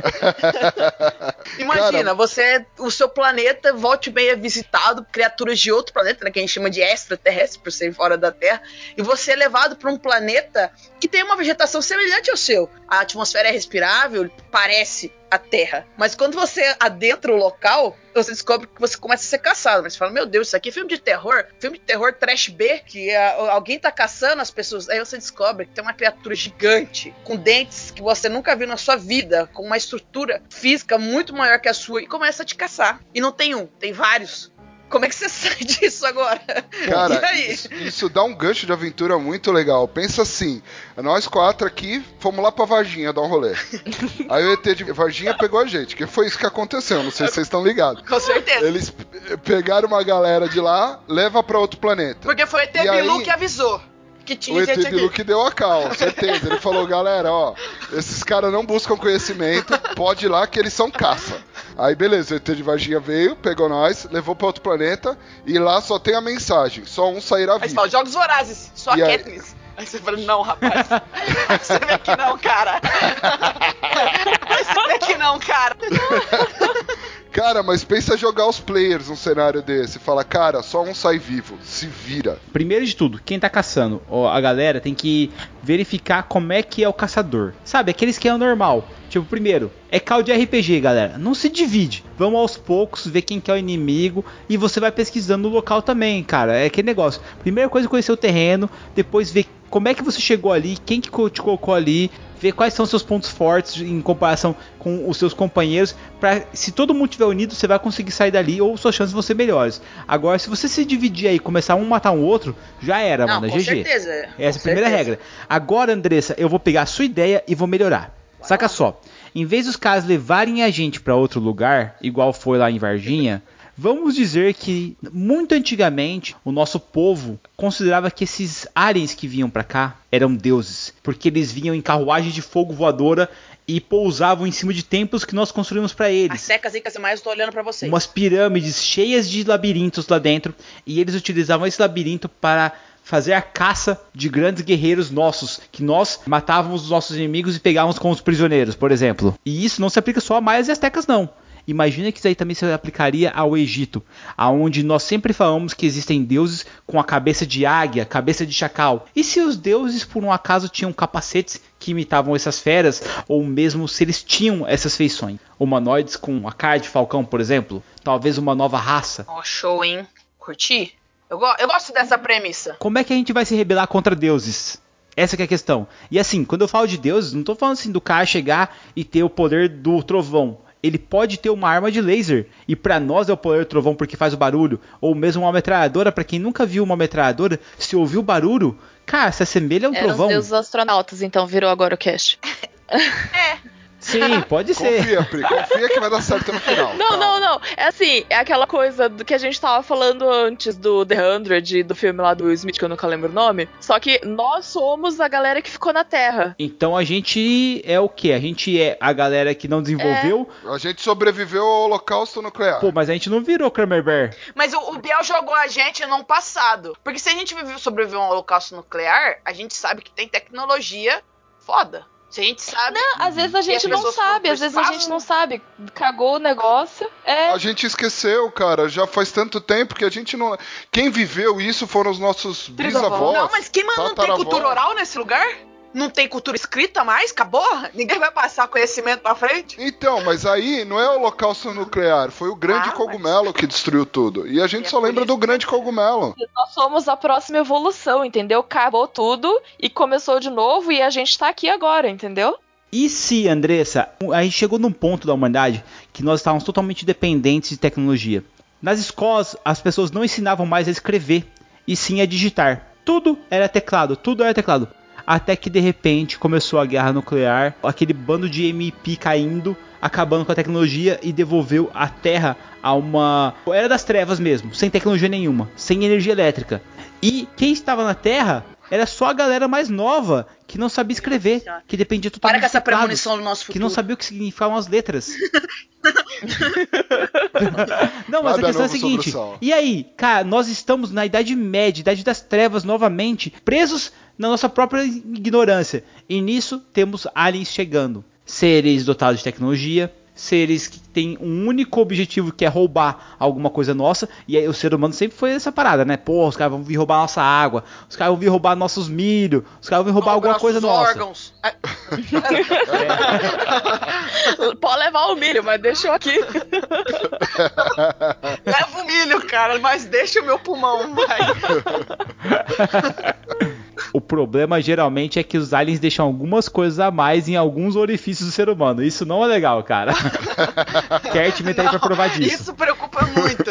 Imagina, Cara, você, o seu planeta volte bem é visitado, criaturas de outro planeta, né, que a gente chama de extraterrestre, por ser fora da Terra, e você é levado para um planeta que tem uma vegetação semelhante ao seu. A atmosfera é respirável, parece a Terra. Mas quando você adentra o local, você descobre que você começa a ser caçado. Mas você fala, meu Deus, isso aqui é filme de terror? Filme de terror trash B, que é, alguém tá caçando as pessoas. Aí você descobre que tem uma criatura gigante, com dentes que você nunca viu na sua vida, com uma estrutura física muito maior que a sua, e começa a te caçar. E não tem um, tem vários. Como é que você sai disso agora? Cara, e aí? Isso, isso dá um gancho de aventura muito legal. Pensa assim, nós quatro aqui fomos lá pra Varginha dar um rolê. Aí o E T de Varginha pegou a gente, que foi isso que aconteceu, não sei se vocês estão ligados. Com certeza. Eles pegaram uma galera de lá, leva pra outro planeta. Porque foi o E T Bilu aí... que avisou. Que tinha o E T gente Bilu aqui. que deu a cal, certeza. Ele falou, galera, ó, esses caras não buscam conhecimento, pode ir lá que eles são caça. Aí beleza, o E T de Varginha veio, pegou nós, levou pra outro planeta, e lá só tem a mensagem, só um sairá vivo. Aí você fala, Jogos Vorazes, só e a aí... Katniss. Aí você fala, não, rapaz. Você vê que não, cara. Você vê que não, cara. Cara, mas pensa jogar os players num cenário desse. Fala, cara, só um sai vivo. Se vira. Primeiro de tudo, quem tá caçando, ó, a galera tem que verificar como é que é o caçador. Sabe, aquele esquema normal. Tipo, primeiro, é call de R P G, galera. Não se divide. Vamos aos poucos, ver quem que é o inimigo. E você vai pesquisando no local também, cara. É aquele negócio. Primeira coisa é conhecer o terreno. Depois ver como é que você chegou ali. Quem que te colocou ali. Ver quais são os seus pontos fortes em comparação com os seus companheiros. Pra, se todo mundo estiver unido, você vai conseguir sair dali. Ou suas chances vão ser melhores. Agora, se você se dividir aí e começar um matar um outro, já era, Não, mano. É com G G. certeza. Essa Com é a primeira certeza. regra. Agora, Andressa, eu vou pegar a sua ideia e vou melhorar. Saca só, em vez dos caras levarem a gente pra outro lugar, igual foi lá em Varginha, vamos dizer que muito antigamente o nosso povo considerava que esses aliens que vinham pra cá eram deuses, porque eles vinham em carruagem de fogo voadora e pousavam em cima de templos que nós construímos pra eles. As secas e mais eu tô olhando pra vocês. Umas pirâmides cheias de labirintos lá dentro, e eles utilizavam esse labirinto para fazer a caça de grandes guerreiros nossos, que nós matávamos os nossos inimigos e pegávamos como os prisioneiros, por exemplo. E isso não se aplica só a maias e astecas, não. Imagina que isso aí também se aplicaria ao Egito, aonde nós sempre falamos que existem deuses com a cabeça de águia, cabeça de chacal. E se os deuses por um acaso tinham capacetes que imitavam essas feras, ou mesmo se eles tinham essas feições? Humanoides com a cara de falcão, por exemplo? Talvez uma nova raça? Ó, oh, show, hein? Curti? Eu, go- eu gosto dessa premissa. Como é que a gente vai se rebelar contra deuses? Essa que é a questão. E assim, quando eu falo de deuses, não estou falando assim do cara chegar e ter o poder do trovão. Ele pode ter uma arma de laser, e pra nós é o poder do trovão porque faz o barulho, ou mesmo uma metralhadora. Pra quem nunca viu uma metralhadora, se ouviu o barulho, cara, se assemelha a um Eram trovão. os deuses astronautas, então virou agora o cast. É. Sim, pode ser. Confia, Pri, confia que vai dar certo no final. Não, não, não. É assim, é aquela coisa do que a gente tava falando antes do The hundred, do filme lá do Will Smith, que eu nunca lembro o nome. Só que nós somos a galera que ficou na Terra. Então a gente é o quê? A gente é a galera que não desenvolveu... A gente sobreviveu ao holocausto nuclear. Pô, mas a gente não virou Kramer Bear. Mas o, o Biel jogou a gente no passado. Porque se a gente viveu, sobreviveu a um holocausto nuclear, a gente sabe que tem tecnologia foda. Se a gente sabe... Não, às vezes a gente não sabe, às vezes a gente não sabe. Cagou o negócio, é... A gente esqueceu, cara, já faz tanto tempo que a gente não... Quem viveu isso foram os nossos bisavós. Não, mas quem não tem cultura oral nesse lugar? Não tem cultura escrita mais? Acabou? Ninguém vai passar conhecimento pra frente? Então, mas aí não é o holocausto nuclear, foi o grande ah, cogumelo mas... que destruiu tudo. E a gente e só é lembra do grande cogumelo. Nós somos a próxima evolução, entendeu? Acabou tudo e começou de novo e a gente tá aqui agora, entendeu? E se, Andressa, a gente chegou num ponto da humanidade que nós estávamos totalmente dependentes de tecnologia. Nas escolas, as pessoas não ensinavam mais a escrever, e sim a digitar. Tudo era teclado, tudo era teclado. Até que de repente começou a guerra nuclear, aquele bando de M I P caindo, acabando com a tecnologia e devolveu a Terra a uma era das trevas mesmo, sem tecnologia nenhuma, sem energia elétrica. E quem estava na Terra era só a galera mais nova, que não sabia escrever, que dependia totalmente Para com essa de teclados, premonição do nosso futuro. que não sabia o que significavam as letras. Não, mas Nada a questão é a seguinte, e aí, cara, nós estamos na Idade Média, Idade das Trevas novamente, presos na nossa própria ignorância. E nisso temos aliens chegando. Seres dotados de tecnologia, seres que têm um único objetivo, que é roubar alguma coisa nossa. E aí o ser humano sempre foi essa parada, né? Pô, os caras vão vir roubar nossa água, os caras vão vir roubar nossos milho, os caras vão vir roubar alguma coisa nossa. Órgãos. É. Pode levar o milho, mas deixa eu aqui. Leva o milho, cara, mas deixa o meu pulmão, vai. O problema geralmente é que os aliens deixam algumas coisas a mais em alguns orifícios do ser humano. Isso não é legal, cara. Kert tá aí pra provar disso. Isso preocupa muito.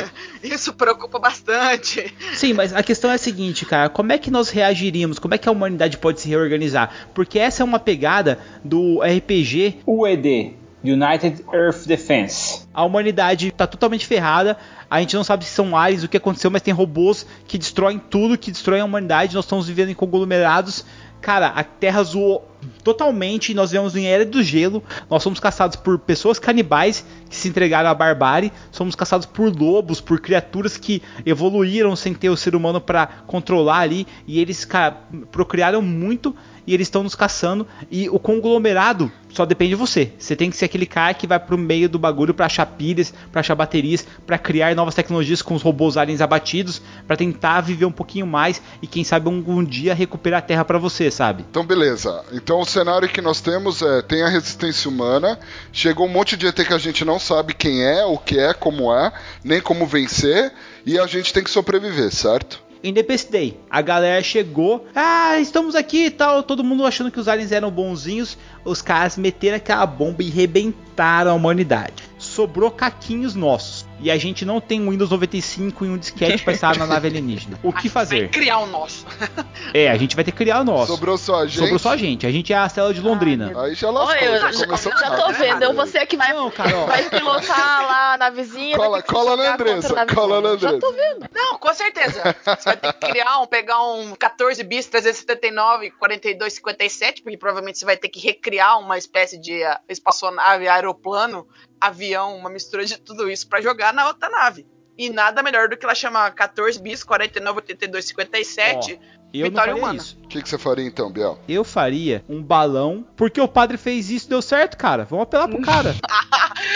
Isso preocupa bastante. Sim, mas a questão é a seguinte, cara. Como é que nós reagiríamos? Como é que a humanidade pode se reorganizar? Porque essa é uma pegada do R P G U E D, United Earth Defense. A humanidade tá totalmente ferrada. A gente não sabe se são aliens, o que aconteceu, mas tem robôs que destroem tudo, que destroem a humanidade. Nós estamos vivendo em conglomerados. Cara, a Terra zoou totalmente. Nós vivemos em Era do Gelo. Nós somos caçados por pessoas canibais que se entregaram à barbárie. Somos caçados por lobos, por criaturas que evoluíram sem ter o ser humano para controlar ali. E eles, cara, procriaram muito e eles estão nos caçando. E o conglomerado só depende de você. Você tem que ser aquele cara que vai pro meio do bagulho para achar pilhas, para achar baterias, para criar novas tecnologias com os robôs aliens abatidos, para tentar viver um pouquinho mais e quem sabe um, um dia recuperar a Terra para você, sabe? Então beleza. Então o cenário que nós temos é, tem a resistência humana, chegou um monte de E T que a gente não sabe quem é, o que é, como é, nem como vencer, e a gente tem que sobreviver, certo? Independence Day, a galera chegou, ah, estamos aqui e tal, todo mundo achando que os aliens eram bonzinhos, os caras meteram aquela bomba e rebentaram a humanidade. Sobrou caquinhos nossos. E a gente não tem um Windows noventa e cinco e um disquete para instalar na nave alienígena. O que fazer? Vai criar o nosso. É, a gente vai ter que criar o nosso. Sobrou só a gente? Sobrou só a gente. A gente é a cela de Londrina. Ah, aí já lascou. Oi, eu, já, já, começou já tô vendo. Eu vou ser que vai, não, cara, vai pilotar lá na vizinha. Cola, cola na Andressa. Cola na Andressa. Já tô vendo. Não, com certeza. Você vai ter que criar um, pegar um quatorze bis trezentos e setenta e nove quarenta e dois cinquenta e sete, porque provavelmente você vai ter que recriar uma espécie de uh, espaçonave, aeroplano, avião, uma mistura de tudo isso pra jogar na outra nave. E nada melhor do que ela chamar quatorze bis quarenta e nove oitenta e dois cinquenta e sete. Ó, eu Vitória não faria humana. Isso. O que, que você faria então, Biel? Eu faria um balão, porque o padre fez isso e deu certo, cara. Vamos apelar pro cara.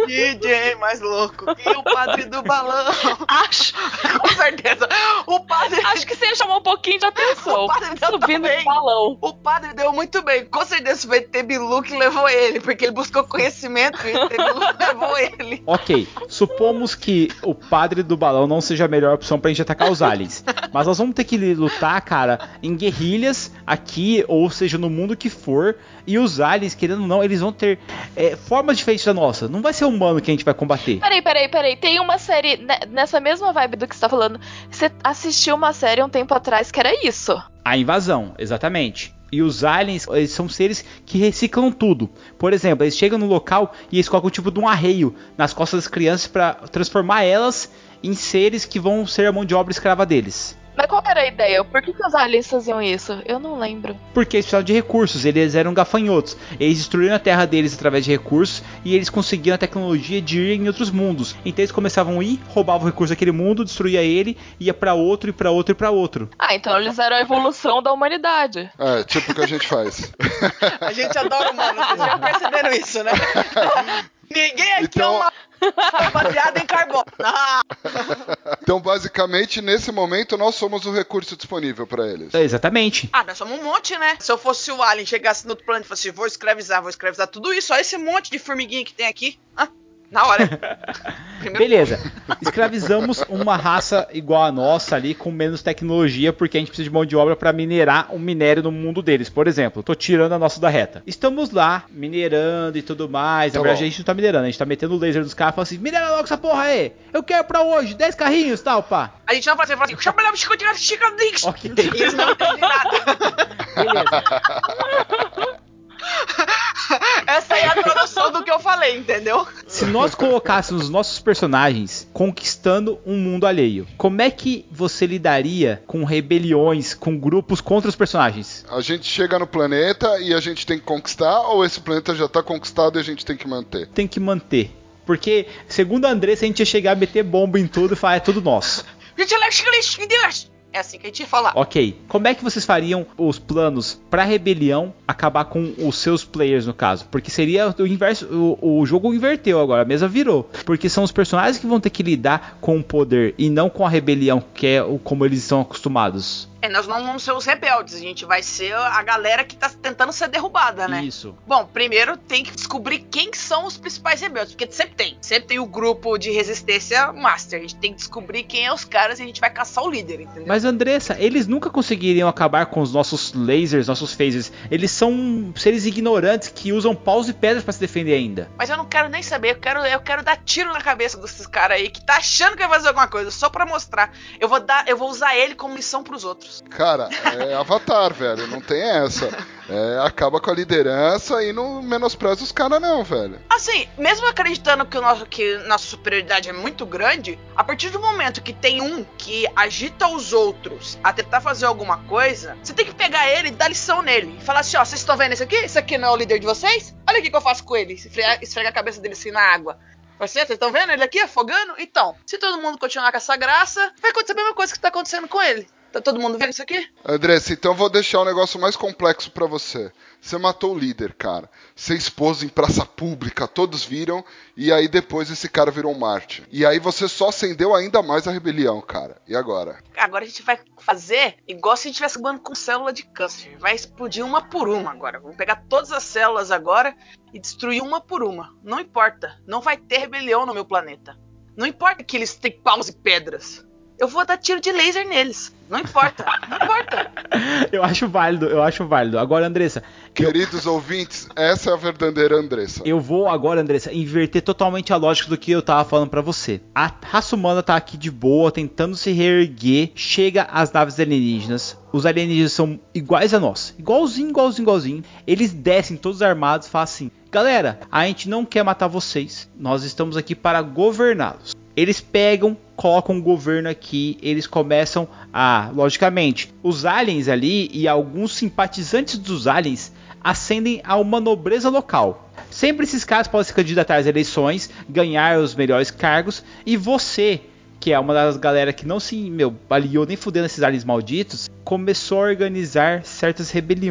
D J mais louco que o padre do balão. Acho, com certeza. O padre... Acho que você ia chamar um pouquinho de atenção. O padre deu subindo também. no balão. O padre deu muito bem. Com certeza foi E T Bilu que levou ele, porque ele buscou conhecimento e E T Bilu levou ele. Ok, supomos que o padre do balão não seja a melhor opção pra gente atacar os aliens. Mas nós vamos ter que lutar, cara, em guerrilhas aqui, ou seja, no mundo que for. E os aliens, querendo ou não, eles vão ter é, formas diferentes da nossa. Não vai ser humano que a gente vai combater. Peraí, peraí, peraí. Tem uma série né, nessa mesma vibe do que você tá falando. Você assistiu uma série um tempo atrás que era isso. A invasão, exatamente. E os aliens, eles são seres que reciclam tudo. Por exemplo, eles chegam no local e eles colocam tipo de um arreio nas costas das crianças para transformar elas em seres que vão ser a mão de obra escrava deles. Mas qual era a ideia? Por que, que os aliens faziam isso? Eu não lembro. Porque eles precisavam de recursos, eles eram gafanhotos. Eles destruíram a terra deles através de recursos e eles conseguiam a tecnologia de ir em outros mundos. Então eles começavam a ir, roubavam o recurso daquele mundo, destruía ele, ia pra outro e pra outro e pra outro. Ah, então eles eram a evolução da humanidade. É, tipo o que a gente faz. A gente adora humanos, vocês já perceberam isso, né? Ninguém aqui então... é uma baseada em carbono. Ah. Então, basicamente, nesse momento, nós somos o recurso disponível pra eles. É, exatamente. Ah, nós somos um monte, né? Se eu fosse o Alien, chegasse no outro planeta e falasse assim, vou escravizar, vou escravizar tudo isso, olha esse monte de formiguinha que tem aqui. Ah, na hora. Beleza. Escravizamos uma raça igual a nossa ali, com menos tecnologia, porque a gente precisa de mão de obra para minerar um minério no mundo deles. Por exemplo, tô tirando a nossa da reta. Estamos lá, minerando e tudo mais. Na tá verdade, bom. a gente não tá minerando, a gente tá metendo o laser dos carros e fala assim, minera logo essa porra aí. Eu quero pra hoje, dez carrinhos e tal, pá. A gente não fala assim, fala assim, chama lá, chico, chico, chico, Ok. e eles não entendem nada. Beleza. Essa é a tradução do que eu falei, entendeu? Se nós colocássemos nossos personagens conquistando um mundo alheio, como é que você lidaria com rebeliões, com grupos contra os personagens? A gente chega no planeta e a gente tem que conquistar, ou esse planeta já tá conquistado e a gente tem que manter? Tem que manter. Porque, segundo a Andressa, a gente ia chegar a meter bomba em tudo e falar, é tudo nosso. É assim que a gente ia falar. Ok. Como é que vocês fariam os planos pra rebelião acabar com os seus players, no caso? Porque seria o inverso. O, o jogo inverteu agora, a mesa virou. Porque são os personagens que vão ter que lidar com o poder e não com a rebelião, que é o, como eles estão acostumados. É, nós não vamos ser os rebeldes, a gente vai ser a galera que tá tentando ser derrubada, né? Isso. Bom, primeiro tem que descobrir quem são os principais rebeldes, porque sempre tem. Sempre tem o grupo de resistência master. A gente tem que descobrir quem é os caras e a gente vai caçar o líder, entendeu? Mas Andressa, eles nunca conseguiriam acabar com os nossos lasers, nossos phasers. Eles são seres ignorantes que usam paus e pedras pra se defender ainda. Mas eu não quero nem saber, eu quero, eu quero dar tiro na cabeça desses caras aí que tá achando que vai fazer alguma coisa, só pra mostrar. Eu vou dar, eu vou usar ele como lição pros outros. Cara, é Avatar, velho, não tem essa. É, acaba com a liderança e não menospreza os caras não, velho. Assim, mesmo acreditando que, o nosso, que nossa superioridade é muito grande, a partir do momento que tem um que agita os outros a tentar fazer alguma coisa, você tem que pegar ele e dar lição nele. E falar assim, ó, vocês estão vendo esse aqui? Esse aqui não é o líder de vocês? Olha o que eu faço com ele, esfrega, esfrega a cabeça dele assim na água. Vocês estão vendo ele aqui afogando? Então, se todo mundo continuar com essa graça, vai acontecer a mesma coisa que tá acontecendo com ele. Tá todo mundo vendo isso aqui? Andressa, então eu vou deixar um negócio mais complexo pra você. Você matou o líder, cara. Você expôs em praça pública, todos viram, e aí depois esse cara virou um Marte. E aí você só acendeu ainda mais a rebelião, cara. E agora? Agora a gente vai fazer igual se a gente estivesse jogando com célula de câncer. Vai explodir uma por uma agora. Vamos pegar todas as células agora e destruir uma por uma. Não importa. Não vai ter rebelião no meu planeta. Não importa que eles têm paus e pedras. Eu vou dar tiro de laser neles. Não importa, não importa. Eu acho válido, eu acho válido. Agora, Andressa... Queridos eu... ouvintes, essa é a verdadeira Andressa. Eu vou agora, Andressa, inverter totalmente a lógica do que eu tava falando pra você. A raça humana tá aqui de boa, tentando se reerguer. Chega as naves alienígenas. Os alienígenas são iguais a nós. Igualzinho, igualzinho, igualzinho. Eles descem todos armados e falam assim... Galera, a gente não quer matar vocês. Nós estamos aqui para governá-los. Eles pegam, colocam o governo aqui, eles começam a, logicamente, os aliens ali e alguns simpatizantes dos aliens ascendem a uma nobreza local. Sempre esses caras podem se candidatar às eleições, ganhar os melhores cargos, e você, que é uma das galera que não se, meu, aliou nem fudendo esses aliens malditos, começou a organizar certas rebeliões.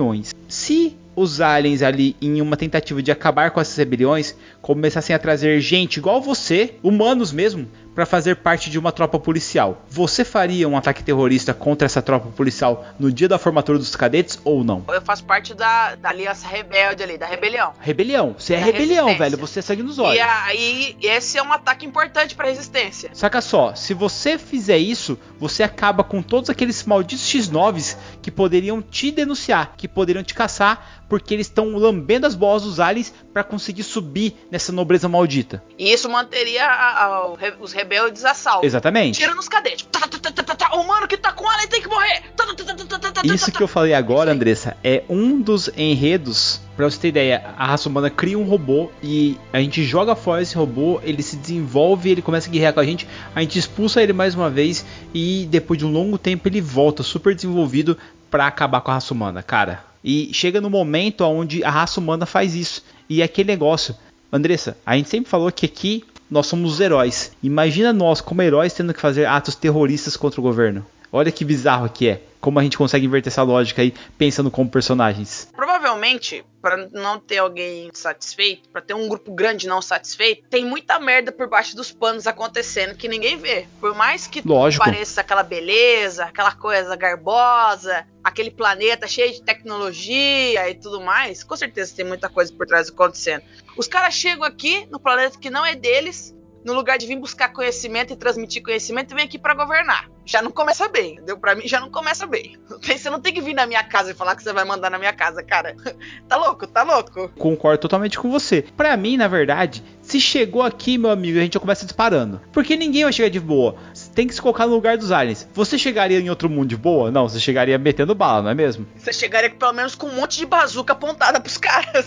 se os aliens ali, em uma tentativa de acabar com essas rebeliões, começassem a trazer gente igual você, humanos mesmo, para fazer parte de uma tropa policial, você faria um ataque terrorista contra essa tropa policial no dia da formatura dos cadetes ou não? Eu faço parte da, da aliança rebelde ali, da rebelião. Rebelião, você é Da rebelião, resistência. velho, você é sangue nos olhos. E aí, esse é um ataque importante pra resistência. Saca só, se você fizer isso, você acaba com todos aqueles malditos X nove que poderiam te denunciar, que poderiam te caçar, porque eles estão lambendo as bolas dos aliens para conseguir subir nessa nobreza maldita. E isso manteria a, a, os rebeldes a salvo. Exatamente. Tira nos cadetes. Tá, tá, tá, tá, tá, o mano que tá com alien tem que morrer. Tá, tá, tá, tá, tá, tá, isso que eu falei agora, Andressa, é um dos enredos. Pra você ter ideia, a raça humana cria um robô e a gente joga fora esse robô, ele se desenvolve, ele começa a guerrear com a gente, a gente expulsa ele mais uma vez e depois de um longo tempo ele volta super desenvolvido pra acabar com a raça humana, cara. E chega no momento onde a raça humana faz isso. E é aquele negócio, Andressa, a gente sempre falou que aqui nós somos os heróis. Imagina nós como heróis tendo que fazer atos terroristas contra o governo. Olha que bizarro que é. Como a gente consegue inverter essa lógica aí, pensando como personagens. Provavelmente, pra não ter alguém satisfeito, pra ter um grupo grande não satisfeito, tem muita merda por baixo dos panos acontecendo que ninguém vê. Por mais que Lógico. pareça aquela beleza, aquela coisa garbosa, aquele planeta cheio de tecnologia e tudo mais, com certeza tem muita coisa por trás acontecendo. Os caras chegam aqui no planeta que não é deles, no lugar de vir buscar conhecimento e transmitir conhecimento, vem aqui pra governar. Já não começa bem, entendeu? Pra mim já não começa bem. Você não tem que vir na minha casa e falar que você vai mandar na minha casa, cara. Tá louco, tá louco. Concordo totalmente com você. Pra mim, na verdade, se chegou aqui, meu amigo, a gente já começa disparando. Porque ninguém vai chegar de boa. Tem que se colocar no lugar dos aliens. Você chegaria em outro mundo de boa? Não, você chegaria metendo bala, não é mesmo? Você chegaria pelo menos com um monte de bazuca apontada pros caras.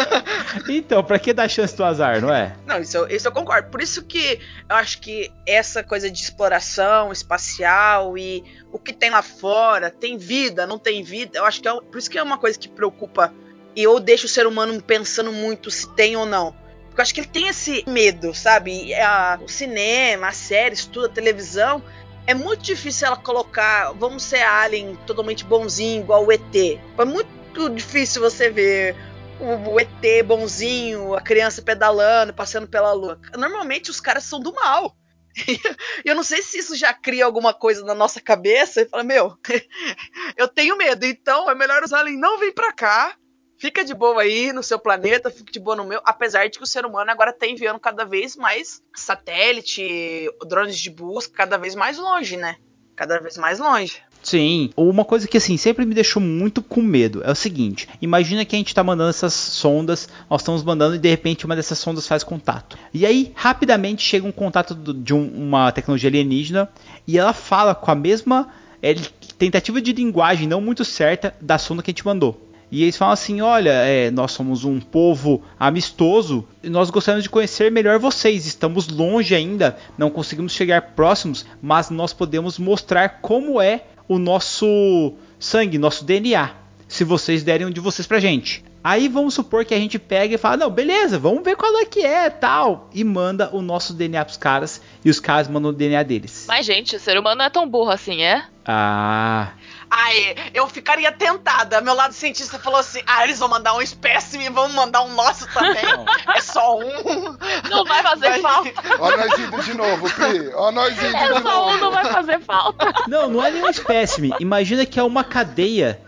Então, pra que dar chance do azar, não é? Não, isso eu, isso eu concordo. Por isso que eu acho que essa coisa de exploração espacial e o que tem lá fora, tem vida, não tem vida, eu acho que é, por isso que é uma coisa que preocupa e ou deixa o ser humano pensando muito se tem ou não. Porque eu acho que ele tem esse medo, sabe? A, o cinema, as séries, tudo, a televisão, é muito difícil ela colocar, vamos ser alien totalmente bonzinho, igual o E T. É muito difícil você ver o, o E T bonzinho, a criança pedalando, passando pela lua. Normalmente os caras são do mal. E eu não sei se isso já cria alguma coisa na nossa cabeça e fala, meu, eu tenho medo, então é melhor os aliens não vir pra cá, fica de boa aí no seu planeta, fica de boa no meu, apesar de que o ser humano agora tá enviando cada vez mais satélite, drones de busca, cada vez mais longe, né? Cada vez mais longe. Sim, uma coisa que assim sempre me deixou muito com medo é o seguinte: imagina que a gente tá mandando essas sondas, nós estamos mandando e de repente uma dessas sondas faz contato. E aí rapidamente chega um contato de um, uma tecnologia alienígena e ela fala com a mesma é, tentativa de linguagem não muito certa da sonda que a gente mandou. E eles falam assim, olha, é, nós somos um povo amistoso e nós gostaríamos de conhecer melhor vocês. Estamos longe ainda, não conseguimos chegar próximos, mas nós podemos mostrar como é o nosso sangue, nosso D N A, se vocês derem um de vocês pra gente. Aí vamos supor que a gente pega e fala, não, beleza, vamos ver qual é que é, tal. E manda o nosso D N A pros caras e os caras mandam o D N A deles. Mas, gente, o ser humano não é tão burro assim, é? Ah... Ai, eu ficaria tentada. Meu lado cientista falou assim, ah, eles vão mandar um espécime e vão mandar um nosso também. É só um. Não vai fazer vai... falta. Ó nós indo de novo, Pri. Ó nós indo é de novo. É só um, não vai fazer falta. Não, não é nenhum espécime. Imagina que é uma cadeia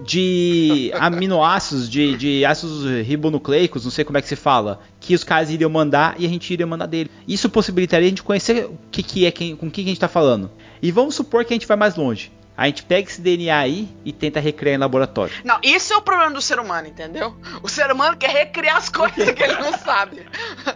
de aminoácidos, de, de ácidos ribonucleicos, não sei como é que se fala, que os caras iriam mandar e a gente iria mandar dele. Isso possibilitaria a gente conhecer o que, que é, quem, com quem que a gente está falando. E vamos supor que a gente vai mais longe. A gente pega esse D N A aí e tenta recriar em laboratório. Não, isso é o problema do ser humano, entendeu? O ser humano quer recriar as coisas que ele não sabe.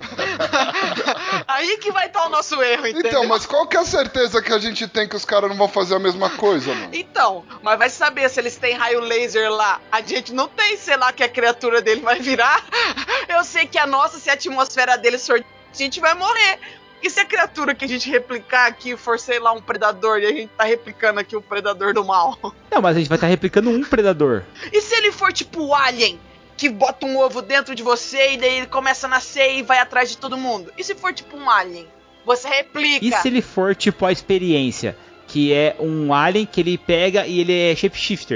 Aí que vai estar o nosso erro, entendeu? Então, mas qual que é a certeza que a gente tem que os caras não vão fazer a mesma coisa, mano? Então, mas vai saber se eles têm raio laser lá. A gente não tem, sei lá, que a criatura dele vai virar. Eu sei que a nossa, se a atmosfera dele sortir, a gente vai morrer. E se a criatura que a gente replicar aqui for, sei lá, um predador e a gente tá replicando aqui o predador do mal? Não, mas a gente vai estar tá replicando um predador. E se ele for tipo o alien, que bota um ovo dentro de você e daí ele começa a nascer e vai atrás de todo mundo? E se for tipo um alien? Você replica. E se ele for tipo a experiência, que é um alien que ele pega e ele é shapeshifter?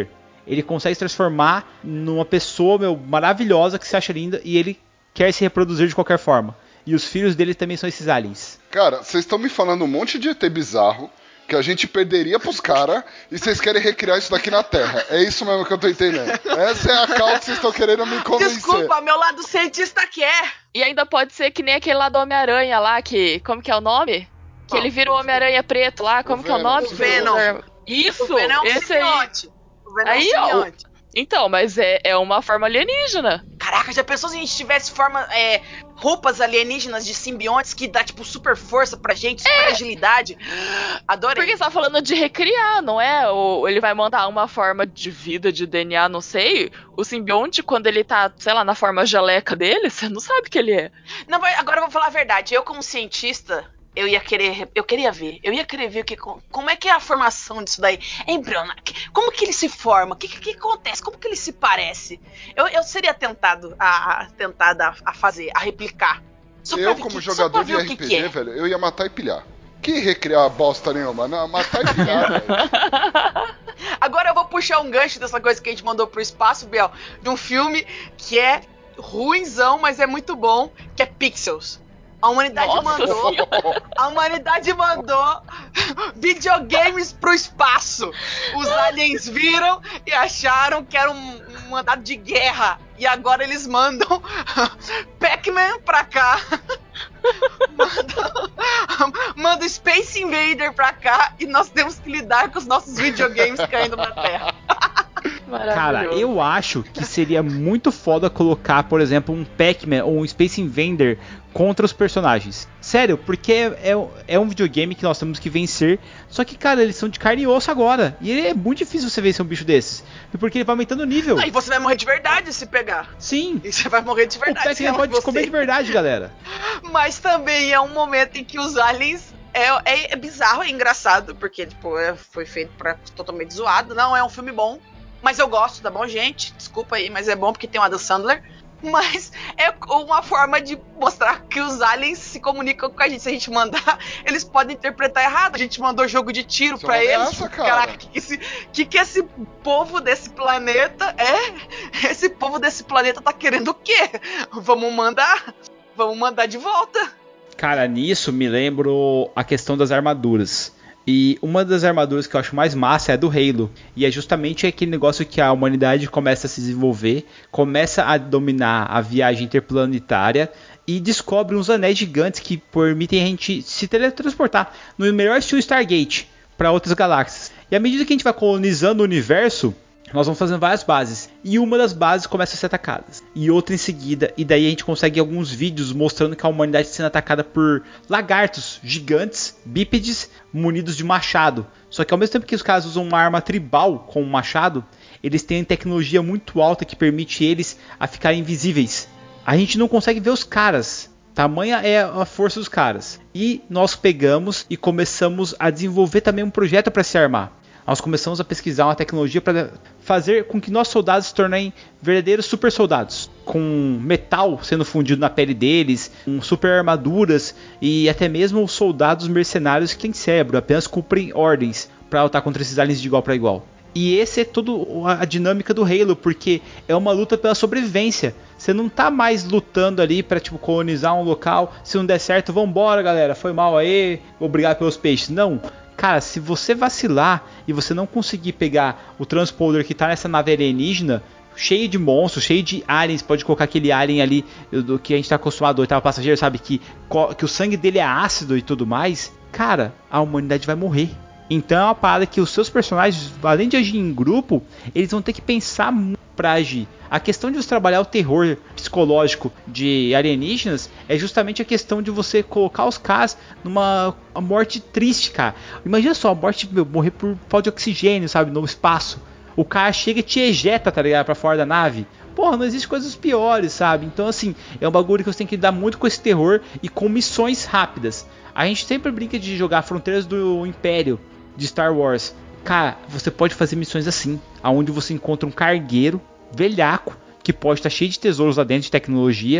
Ele consegue se transformar numa pessoa, meu, maravilhosa que se acha linda e ele quer se reproduzir de qualquer forma. E os filhos dele também são esses aliens. Cara, vocês estão me falando um monte de E T bizarro que a gente perderia pros caras e vocês querem recriar isso daqui na Terra. É isso mesmo que eu tô entendendo. Essa é a causa que vocês estão querendo me convencer. Desculpa, meu lado cientista quer. E ainda pode ser que nem aquele lá do Homem-Aranha lá, que... Como que é o nome? Que ele vira o Homem-Aranha preto lá, como que é o nome? O Venom. Isso, o Venom é um esse aí. O Venom Aí, é um ó, simbionte. Então, mas é, é uma forma alienígena. Caraca, já pensou se a gente tivesse forma, é, roupas alienígenas de simbiontes que dá, tipo, super força pra gente, super é. agilidade? Adorei. Porque você tá falando de recriar, não é? Ou ele vai mandar uma forma de vida, de D N A, não sei. O simbionte, quando ele tá, sei lá, na forma geleca dele, você não sabe o que ele é. Não, mas agora eu vou falar a verdade. Eu, como cientista... Eu ia querer, eu queria ver, eu ia querer ver o que, como é que é a formação disso daí, é embrionário, como que ele se forma, o que, que, que acontece, como que ele se parece. Eu, eu seria tentado a, a, tentada a fazer, a replicar. Só eu, como que, jogador de R P G, que que é. velho, eu ia matar e pilhar. Que recriar bosta nenhuma, não, matar e pilhar, velho. Agora eu vou puxar um gancho dessa coisa que a gente mandou pro espaço, Biel, de um filme que é ruinzão, mas é muito bom, que é Pixels. A humanidade Nossa mandou. Senhora. A humanidade mandou videogames pro espaço. Os aliens viram e acharam que era um, um mandado de guerra. E agora eles mandam Pac-Man pra cá. Manda o Space Invader pra cá. E nós temos que lidar com os nossos videogames caindo na Terra. Cara, eu acho que seria muito foda colocar, por exemplo, um Pac-Man ou um Space Invader contra os personagens. Sério, porque é, é, é um videogame que nós temos que vencer. Só que, cara, eles são de carne e osso agora. E é muito difícil você vencer um bicho desses. Porque ele vai aumentando o nível. Aí você vai morrer de verdade se pegar. Sim. E você vai morrer de verdade. O Pac-Man pode te comer de verdade, galera. Mas também é um momento em que os aliens... É, é, é bizarro, é engraçado. Porque, tipo, é, foi feito pra totalmente zoado. Não, é um filme bom. Mas eu gosto, tá bom, gente? Desculpa aí, mas é bom porque tem o Adam Sandler. Mas é uma forma de mostrar que os aliens se comunicam com a gente. Se a gente mandar, eles podem interpretar errado. A gente mandou jogo de tiro Isso pra é eles. Essa, cara. Caraca, que, que, esse, que que esse povo desse planeta é? Esse povo desse planeta tá querendo o quê? Vamos mandar? Vamos mandar de volta. Cara, nisso me lembro a questão das armaduras. E uma das armaduras que eu acho mais massa é a do Halo. E é justamente aquele negócio que a humanidade começa a se desenvolver, começa a dominar a viagem interplanetária e descobre uns anéis gigantes que permitem a gente se teletransportar no melhor estilo Stargate para outras galáxias. E à medida que a gente vai colonizando o universo, nós vamos fazendo várias bases. E uma das bases começa a ser atacada. E outra em seguida. E daí a gente consegue alguns vídeos mostrando que a humanidade está sendo atacada por lagartos gigantes, bípedes, munidos de machado. Só que ao mesmo tempo que os caras usam uma arma tribal com um machado, eles têm tecnologia muito alta que permite eles a ficarem invisíveis. A gente não consegue ver os caras. Tamanha é a força dos caras. E nós pegamos e começamos a desenvolver também um projeto para se armar. Nós começamos a pesquisar uma tecnologia para fazer com que nossos soldados se tornem verdadeiros super soldados, com metal sendo fundido na pele deles, com super armaduras e até mesmo soldados mercenários que têm cérebro, apenas cumprem ordens para lutar contra esses aliens de igual para igual. E esse é toda a dinâmica do Halo, porque é uma luta pela sobrevivência. Você não tá mais lutando ali para tipo colonizar um local, se não der certo, vambora galera, foi mal aí, obrigado pelos peixes. Não. Cara, se você vacilar e você não conseguir pegar o transponder que tá nessa nave alienígena, cheio de monstros, cheio de aliens, pode colocar aquele alien ali do que a gente tá acostumado, o oitavo passageiro, sabe, que, que o sangue dele é ácido e tudo mais, cara, a humanidade vai morrer. Então é uma parada que os seus personagens, além de agir em grupo, eles vão ter que pensar muito pra agir. A questão de você trabalhar o terror psicológico de alienígenas é justamente a questão de você colocar os caras numa morte triste, cara. Imagina só, a morte, meu, morrer por falta de oxigênio, sabe, no espaço. O cara chega e te ejeta, tá ligado, pra fora da nave. Porra, não existe coisas piores, sabe? Então, assim, é um bagulho que você tem que lidar muito com esse terror e com missões rápidas. A gente sempre brinca de jogar Fronteiras do Império de Star Wars. Cara, você pode fazer missões assim, aonde você encontra um cargueiro velhaco que pode estar cheio de tesouros lá dentro de tecnologia.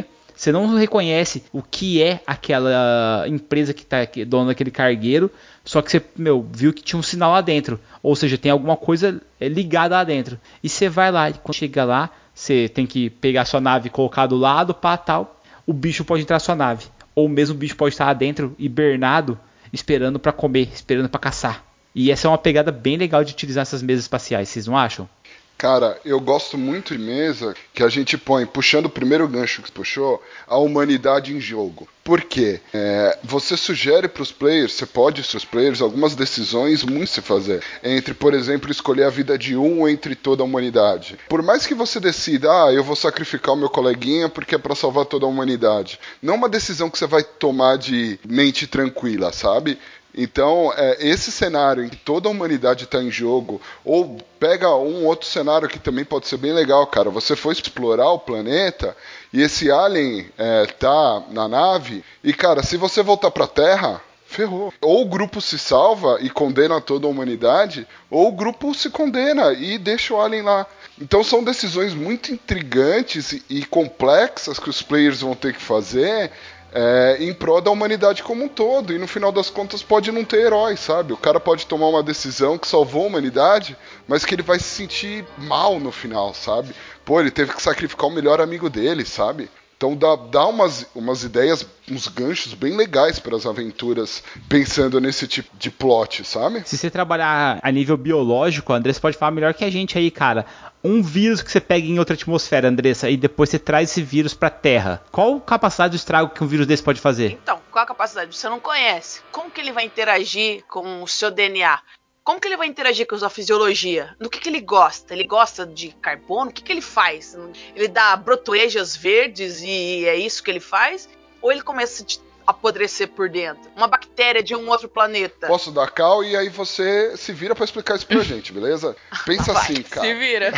Você não reconhece o que é aquela empresa que tá dona daquele cargueiro, só que você, meu, viu que tinha um sinal lá dentro. Ou seja, tem alguma coisa ligada lá dentro. E você vai lá, e quando chega lá, você tem que pegar a sua nave e colocar do lado, pá, tal. O bicho pode entrar na sua nave. Ou mesmo o bicho pode estar lá dentro, hibernado, esperando pra comer, esperando pra caçar. E essa é uma pegada bem legal de utilizar essas mesas espaciais, vocês não acham? Cara, eu gosto muito de mesa que a gente põe, puxando o primeiro gancho que você puxou, a humanidade em jogo. Por quê? É, você sugere para os players, você pode, seus players, algumas decisões muito se fazer. Entre, por exemplo, escolher a vida de um ou entre toda a humanidade. Por mais que você decida, ah, eu vou sacrificar o meu coleguinha porque é para salvar toda a humanidade. Não é uma decisão que você vai tomar de mente tranquila, sabe? Então, é, esse cenário em que toda a humanidade está em jogo, ou pega um outro cenário que também pode ser bem legal, cara. Você foi explorar o planeta e esse alien é, tá na nave e, cara, se você voltar para a Terra, ferrou. Ou o grupo se salva e condena toda a humanidade, ou o grupo se condena e deixa o alien lá. Então são decisões muito intrigantes e, e complexas que os players vão ter que fazer É, em prol da humanidade como um todo. E no final das contas pode não ter herói, sabe? O cara pode tomar uma decisão que salvou a humanidade, mas que ele vai se sentir mal no final, sabe? Pô, ele teve que sacrificar o melhor amigo dele, sabe? Então dá, dá umas, umas ideias, uns ganchos bem legais para as aventuras, pensando nesse tipo de plot, sabe? Se você trabalhar a nível biológico, André, você pode falar melhor que a gente aí, cara. Um vírus que você pega em outra atmosfera, Andressa, e depois você traz esse vírus pra Terra. Qual capacidade de estrago que um vírus desse pode fazer? Então, qual a capacidade? Você não conhece. Como que ele vai interagir com o seu D N A? Como que ele vai interagir com a sua fisiologia? Do que, que ele gosta? Ele gosta de carbono? O que, que ele faz? Ele dá brotoejas verdes e é isso que ele faz? Ou ele começa a apodrecer por dentro? Uma bactéria de um outro planeta? Posso dar cal e aí você se vira pra explicar isso pra gente, beleza? Pensa Vai, assim, cara. Se vira.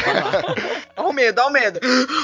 Dá o medo, dá o medo.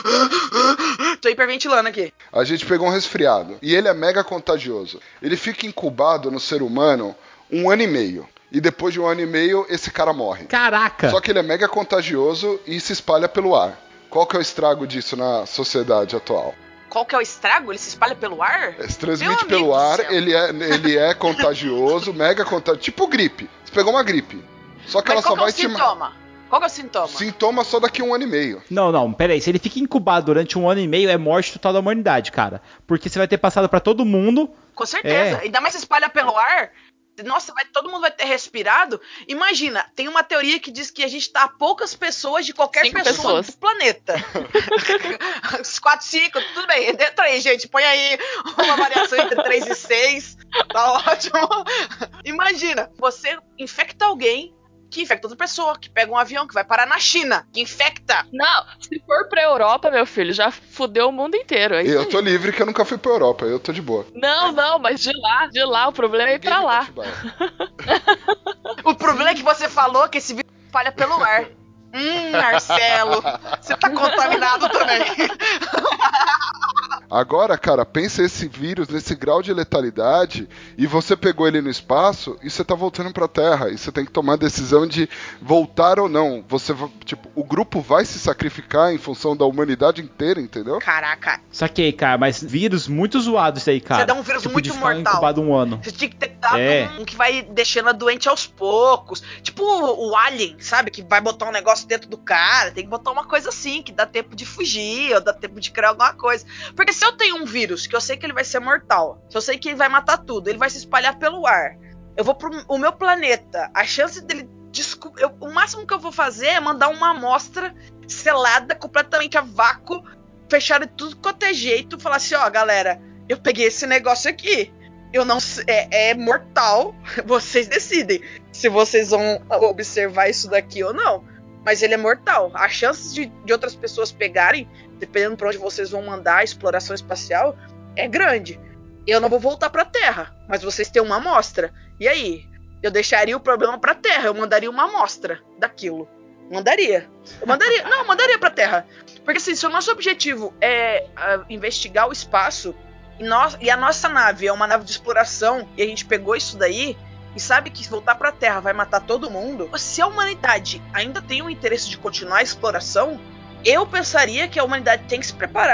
Tô hiperventilando aqui. A gente pegou um resfriado e ele é mega contagioso. Ele fica incubado no ser humano um ano e meio. E depois de um ano e meio, esse cara morre. Caraca! Só que ele é mega contagioso e se espalha pelo ar. Qual que é o estrago disso na sociedade atual? Qual que é o estrago? Ele se espalha pelo ar? Ele se transmite pelo ar, ele é, ele é contagioso, mega contagioso. Tipo gripe. Você pegou uma gripe. Só que Mas ela qual só que é vai o te... sintoma? Qual que é o sintoma? Sintoma só daqui a um ano e meio. Não, não, peraí. Se ele fica incubado durante um ano e meio, é morte total da humanidade, cara. Porque você vai ter passado pra todo mundo. Com certeza. É. Ainda mais se espalha pelo ar. Nossa, vai, todo mundo vai ter respirado. Imagina, tem uma teoria que diz que a gente tá a poucas pessoas de qualquer Cinco pessoa pessoas. do planeta. Os quatro, cinco, tudo bem. Entra aí, gente. Põe aí uma variação entre três e seis. Tá ótimo. Imagina, você infecta alguém que infecta outra pessoa, que pega um avião, que vai parar na China, que infecta. Não, se for pra Europa, meu filho, já fudeu o mundo inteiro. É isso Eu aí. tô livre que eu nunca fui pra Europa, eu tô de boa. Não, não, mas de lá, de lá, o problema é ir Ninguém pra me lá. O problema é que você falou que esse vírus espalha pelo ar. Hum, Marcelo, você tá contaminado também. Agora, cara, pensa esse vírus nesse grau de letalidade e você pegou ele no espaço e você tá voltando pra Terra e você tem que tomar a decisão de voltar ou não. Você, tipo, o grupo vai se sacrificar em função da humanidade inteira, entendeu? Caraca. Saquei, cara, mas vírus muito zoado isso aí, cara. Você dá um vírus tipo, muito de ficar mortal. incubado um ano. Você tinha que ter dado É. um que vai deixando a doente aos poucos. Tipo o, o Alien, sabe? Que vai botar um negócio dentro do cara. Tem que botar uma coisa assim, que dá tempo de fugir, ou dá tempo de criar alguma coisa. Porque se eu tenho um vírus, que eu sei que ele vai ser mortal, se eu sei que ele vai matar tudo, ele vai se espalhar pelo ar, eu vou pro o meu planeta, a chance dele descobrir... O máximo que eu vou fazer é mandar uma amostra selada, completamente a vácuo, fechada de tudo quanto é jeito, falar assim, ó, galera, eu peguei esse negócio aqui, eu não sei, é, é mortal, vocês decidem se vocês vão observar isso daqui ou não, mas ele é mortal. As chances de, de outras pessoas pegarem, dependendo pra onde vocês vão mandar a exploração espacial, é grande. Eu não vou voltar pra Terra, mas vocês têm uma amostra. E aí? Eu deixaria o problema pra Terra, eu mandaria uma amostra daquilo. Mandaria. Eu mandaria. Não, eu mandaria pra Terra. Porque assim, se o nosso objetivo é uh, investigar o espaço, e, nós, e a nossa nave é uma nave de exploração, e a gente pegou isso daí, e sabe que se voltar pra Terra vai matar todo mundo, se a humanidade ainda tem o interesse de continuar a exploração, eu pensaria que a humanidade tem que se preparar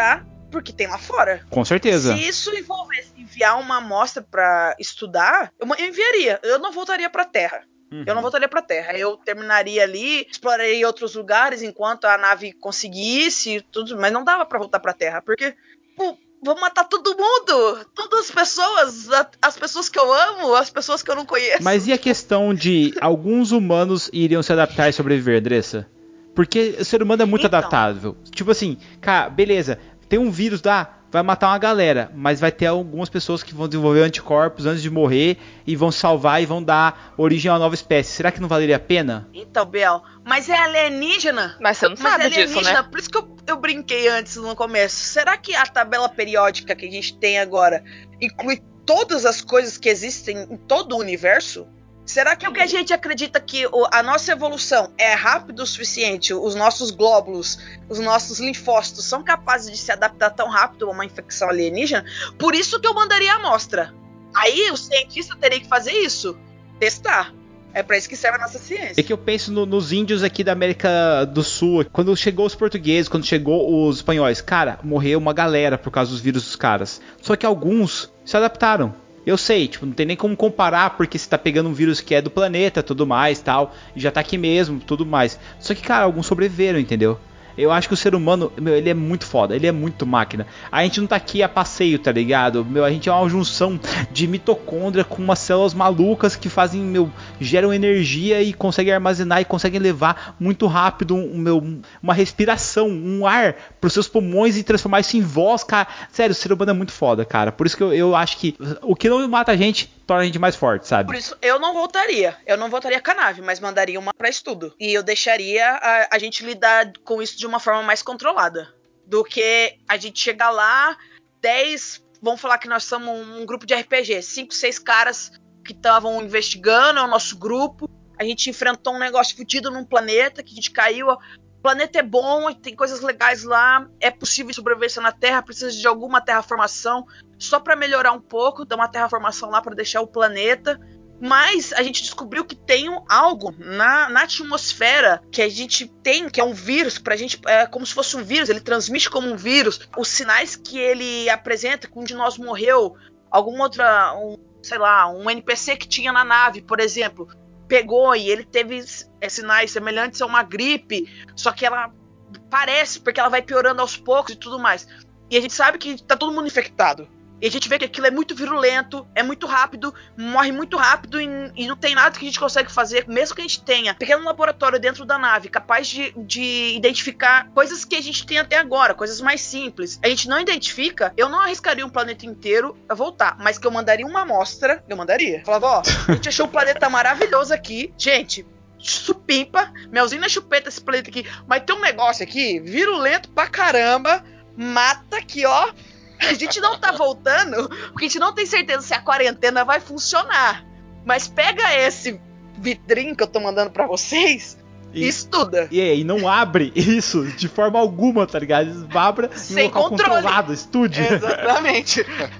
Porque tem lá fora. Com certeza. Se isso envolvesse enviar uma amostra pra estudar, eu eu enviaria. Eu não voltaria pra Terra. Uhum. Eu não voltaria pra Terra. Eu terminaria ali, exploraria outros lugares enquanto a nave conseguisse, tudo, mas não dava pra voltar pra Terra, porque, pô, vou matar todo mundo! Todas as pessoas, a- as pessoas que eu amo, as pessoas que eu não conheço. Mas e a questão de alguns humanos iriam se adaptar e sobreviver, Andressa? Porque o ser humano é muito Então. adaptável. Tipo assim, cara, beleza, tem um vírus lá, vai matar uma galera, mas vai ter algumas pessoas que vão desenvolver anticorpos antes de morrer e vão salvar e vão dar origem a uma nova espécie. Será que não valeria a pena? Então, Biel, mas é alienígena. Mas você não Mas sabe é disso, alienígena, né? por isso que eu, eu brinquei antes no começo. Será que a tabela periódica que a gente tem agora inclui todas as coisas que existem em todo o universo? Será que o que a gente acredita que o- a nossa evolução é rápida o suficiente, os nossos glóbulos, os nossos linfócitos são capazes de se adaptar tão rápido a uma infecção alienígena? Por isso que eu mandaria a amostra. Aí o cientista teria que fazer isso, testar. É pra isso que serve a nossa ciência. É que eu penso no- nos índios aqui da América do Sul. Quando chegou os portugueses, quando chegou os espanhóis, cara, morreu uma galera por causa dos vírus dos caras. Só que alguns se adaptaram. Eu sei, tipo, não tem nem como comparar, porque você tá pegando um vírus que é do planeta, tudo mais, tal, e já tá aqui mesmo, tudo mais. Só que, cara, alguns sobreviveram, entendeu? Eu acho que o ser humano, meu, ele é muito foda, ele é muito máquina. A gente não tá aqui a passeio, tá ligado? Meu, a gente é uma junção de mitocôndria com umas células malucas que fazem, meu, geram energia e conseguem armazenar e conseguem levar muito rápido um, meu, uma respiração, um ar pros seus pulmões e transformar isso em voz, cara. Sério, o ser humano é muito foda, cara. Por isso que eu, eu acho que o que não mata a gente torna a gente mais forte, sabe? Por isso, eu não voltaria. Eu não voltaria com a nave, mas mandaria uma pra estudo. E eu deixaria a, a gente lidar com isso de uma forma mais controlada. Do que a gente chegar lá, dez... Vamos falar que nós somos um, um grupo de R P G. Cinco, seis caras que estavam investigando, é o nosso grupo. A gente enfrentou um negócio fodido num planeta, que a gente caiu... O planeta é bom, tem coisas legais lá, é possível sobrevivência na Terra, precisa de alguma terraformação, só para melhorar um pouco, dar uma terraformação lá para deixar o planeta. Mas a gente descobriu que tem algo na, na atmosfera que a gente tem, que é um vírus, pra gente, é como se fosse um vírus, ele transmite como um vírus. Os sinais que ele apresenta, que um de nós morreu, alguma outra, um, sei lá, um N P C que tinha na nave, por exemplo, pegou e ele teve é, sinais semelhantes a uma gripe, só que ela parece, porque ela vai piorando aos poucos e tudo mais. E a gente sabe que tá todo mundo infectado. E a gente vê que aquilo é muito virulento, é muito rápido, morre muito rápido e, e não tem nada que a gente consegue fazer, mesmo que a gente tenha um pequeno laboratório dentro da nave, capaz de, de identificar coisas que a gente tem até agora, coisas mais simples. A gente não identifica, eu não arriscaria um planeta inteiro a voltar, mas que eu mandaria uma amostra, eu mandaria. Falava, ó, a gente achou um planeta maravilhoso aqui, gente, supimpa, melzinho na chupeta esse planeta aqui, mas tem um negócio aqui, virulento pra caramba, mata aqui, ó. A gente não tá voltando porque a gente não tem certeza se a quarentena vai funcionar. Mas pega esse vitrinho que eu tô mandando pra vocês e, e estuda. E, e não abre isso de forma alguma, tá ligado? Abra em um local controle. Controlado, estude. Exatamente.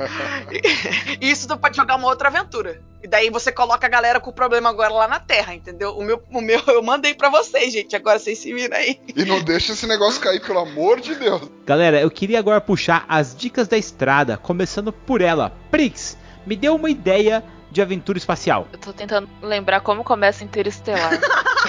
E isso tu pode jogar uma outra aventura. E daí você coloca a galera com o problema agora lá na Terra, entendeu? O meu, o meu eu mandei pra vocês, gente. Agora vocês se viram aí. E não deixa esse negócio cair, pelo amor de Deus. Galera, eu queria agora puxar as dicas da estrada, começando por ela. Prix, me deu uma ideia de aventura espacial. Eu tô tentando lembrar como começa Interestelar.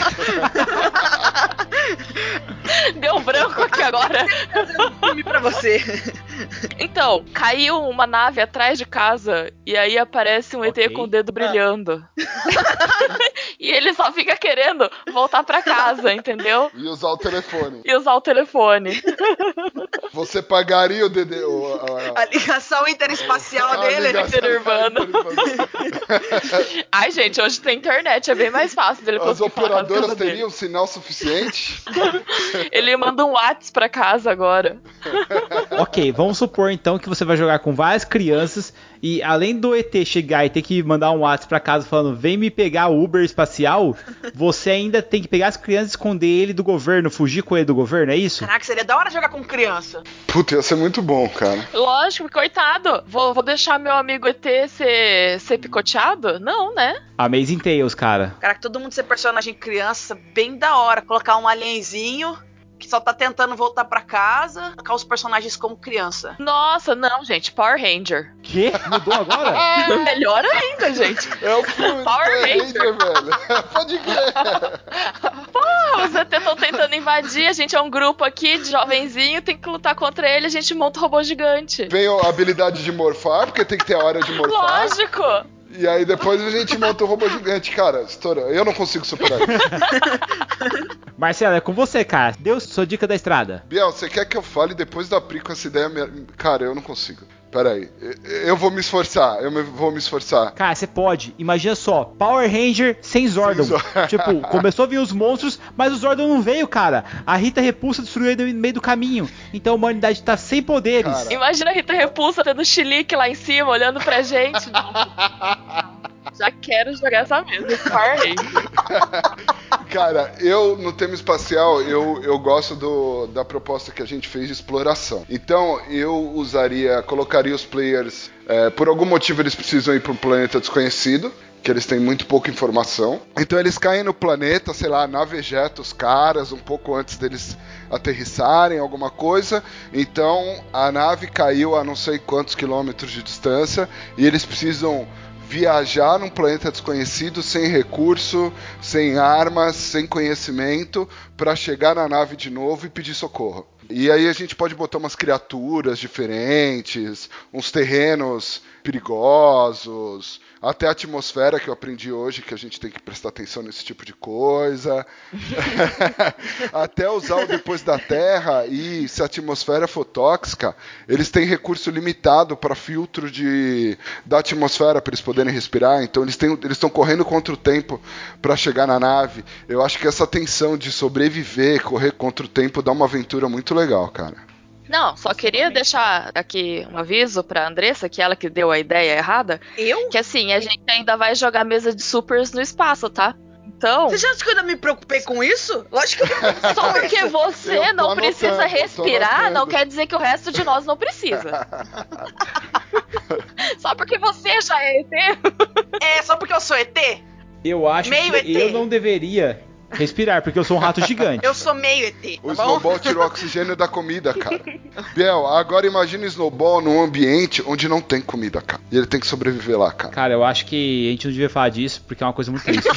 Deu branco aqui agora. Um filme pra você. Então, caiu uma nave atrás de casa e aí aparece um okay. E T com o dedo brilhando. E ele só fica querendo voltar pra casa, entendeu? E usar o telefone. E usar o telefone. Você pagaria o D D... O, a... a ligação interespacial a dele. Ligação interurbana. Ai, gente, hoje tem internet, é bem mais fácil dele conseguir. As operadoras teriam sinal suficiente? Ele manda um WhatsApp pra casa agora. Ok, vamos supor então que você vai jogar com várias crianças e além do E T chegar e ter que mandar um WhatsApp pra casa falando vem me pegar o Uber espacial, você ainda tem que pegar as crianças e esconder ele do governo, fugir com ele do governo, é isso? Caraca, seria da hora jogar com criança. Puta, ia ser muito bom, cara. Lógico, coitado. Vou, vou deixar meu amigo E T ser, ser picoteado? Não, né? Amazing Tales, cara. Caraca, todo mundo ser personagem criança, bem da hora. Colocar um alienzinho que só tá tentando voltar pra casa, colocar os personagens como criança. Nossa, não, gente. Power Ranger. Quê? Mudou agora? Melhor ainda, gente. É o filme Power do Ranger, Ranger. velho. Pode crer. Porra, os E T estão tentando invadir, a gente é um grupo aqui de jovenzinho, tem que lutar contra ele, a gente monta um robô gigante. Vem a habilidade de morfar, porque tem que ter a hora de morfar. Lógico. E aí depois a gente monta um robô gigante. Cara, estoura. Eu não consigo superar isso. Marcelo, é com você, cara. Deu sua dica da estrada. Biel, você quer que eu fale depois da Pri com essa ideia? Cara, eu não consigo. Pera aí. Eu vou me esforçar. Eu me- vou me esforçar. Cara, você pode. Imagina só, Power Ranger sem Zordon. Sem Zordon. Tipo, começou a vir os monstros, mas o Zordon não veio, cara. A Rita Repulsa destruiu ele no meio do caminho. Então a humanidade tá sem poderes. Cara. Imagina a Rita Repulsa tendo chilique lá em cima, olhando pra gente. Já quero jogar essa mesa. Power Ranger. Cara, eu no tema espacial, eu, eu gosto do, da proposta que a gente fez de exploração. Então eu usaria, colocaria os players, é, por algum motivo eles precisam ir para um planeta desconhecido, que eles têm muito pouca informação. Então eles caem no planeta, sei lá, nave ejeta os caras um pouco antes deles aterrissarem, alguma coisa. Então a nave caiu a não sei quantos quilômetros de distância e eles precisam viajar num planeta desconhecido, sem recurso, sem armas, sem conhecimento, para chegar na nave de novo e pedir socorro. E aí a gente pode botar umas criaturas diferentes, uns terrenos perigosos, até a atmosfera que eu aprendi hoje, que a gente tem que prestar atenção nesse tipo de coisa. Até usar o depois da Terra, e se a atmosfera for tóxica, eles têm recurso limitado para filtro de, da atmosfera para eles poderem respirar, então eles têm, eles estão correndo contra o tempo para chegar na nave. Eu acho que essa tensão de sobreviver, correr contra o tempo, dá uma aventura muito legal, cara. Não, só queria deixar aqui um aviso pra Andressa, que ela que deu a ideia errada. Eu? Que assim, a gente ainda vai jogar mesa de supers no espaço, tá? Então... Você já acha que eu ainda me preocupei com isso? Lógico que eu não me preocupei Só com porque isso. você Eu tô não precisa anotando, tô respirar, não anotando. quer dizer que o resto de nós não precisa. Só porque você já é E T. É, só porque eu sou E T? Eu acho Meio que E T. eu não deveria respirar, porque eu sou um rato gigante. Eu sou meio E T, O tá bom? Snowball tirou o oxigênio da comida, cara. Biel, agora imagina o Snowball num ambiente onde não tem comida, cara. E ele tem que sobreviver lá, cara. Cara, eu acho que a gente não devia falar disso, porque é uma coisa muito triste.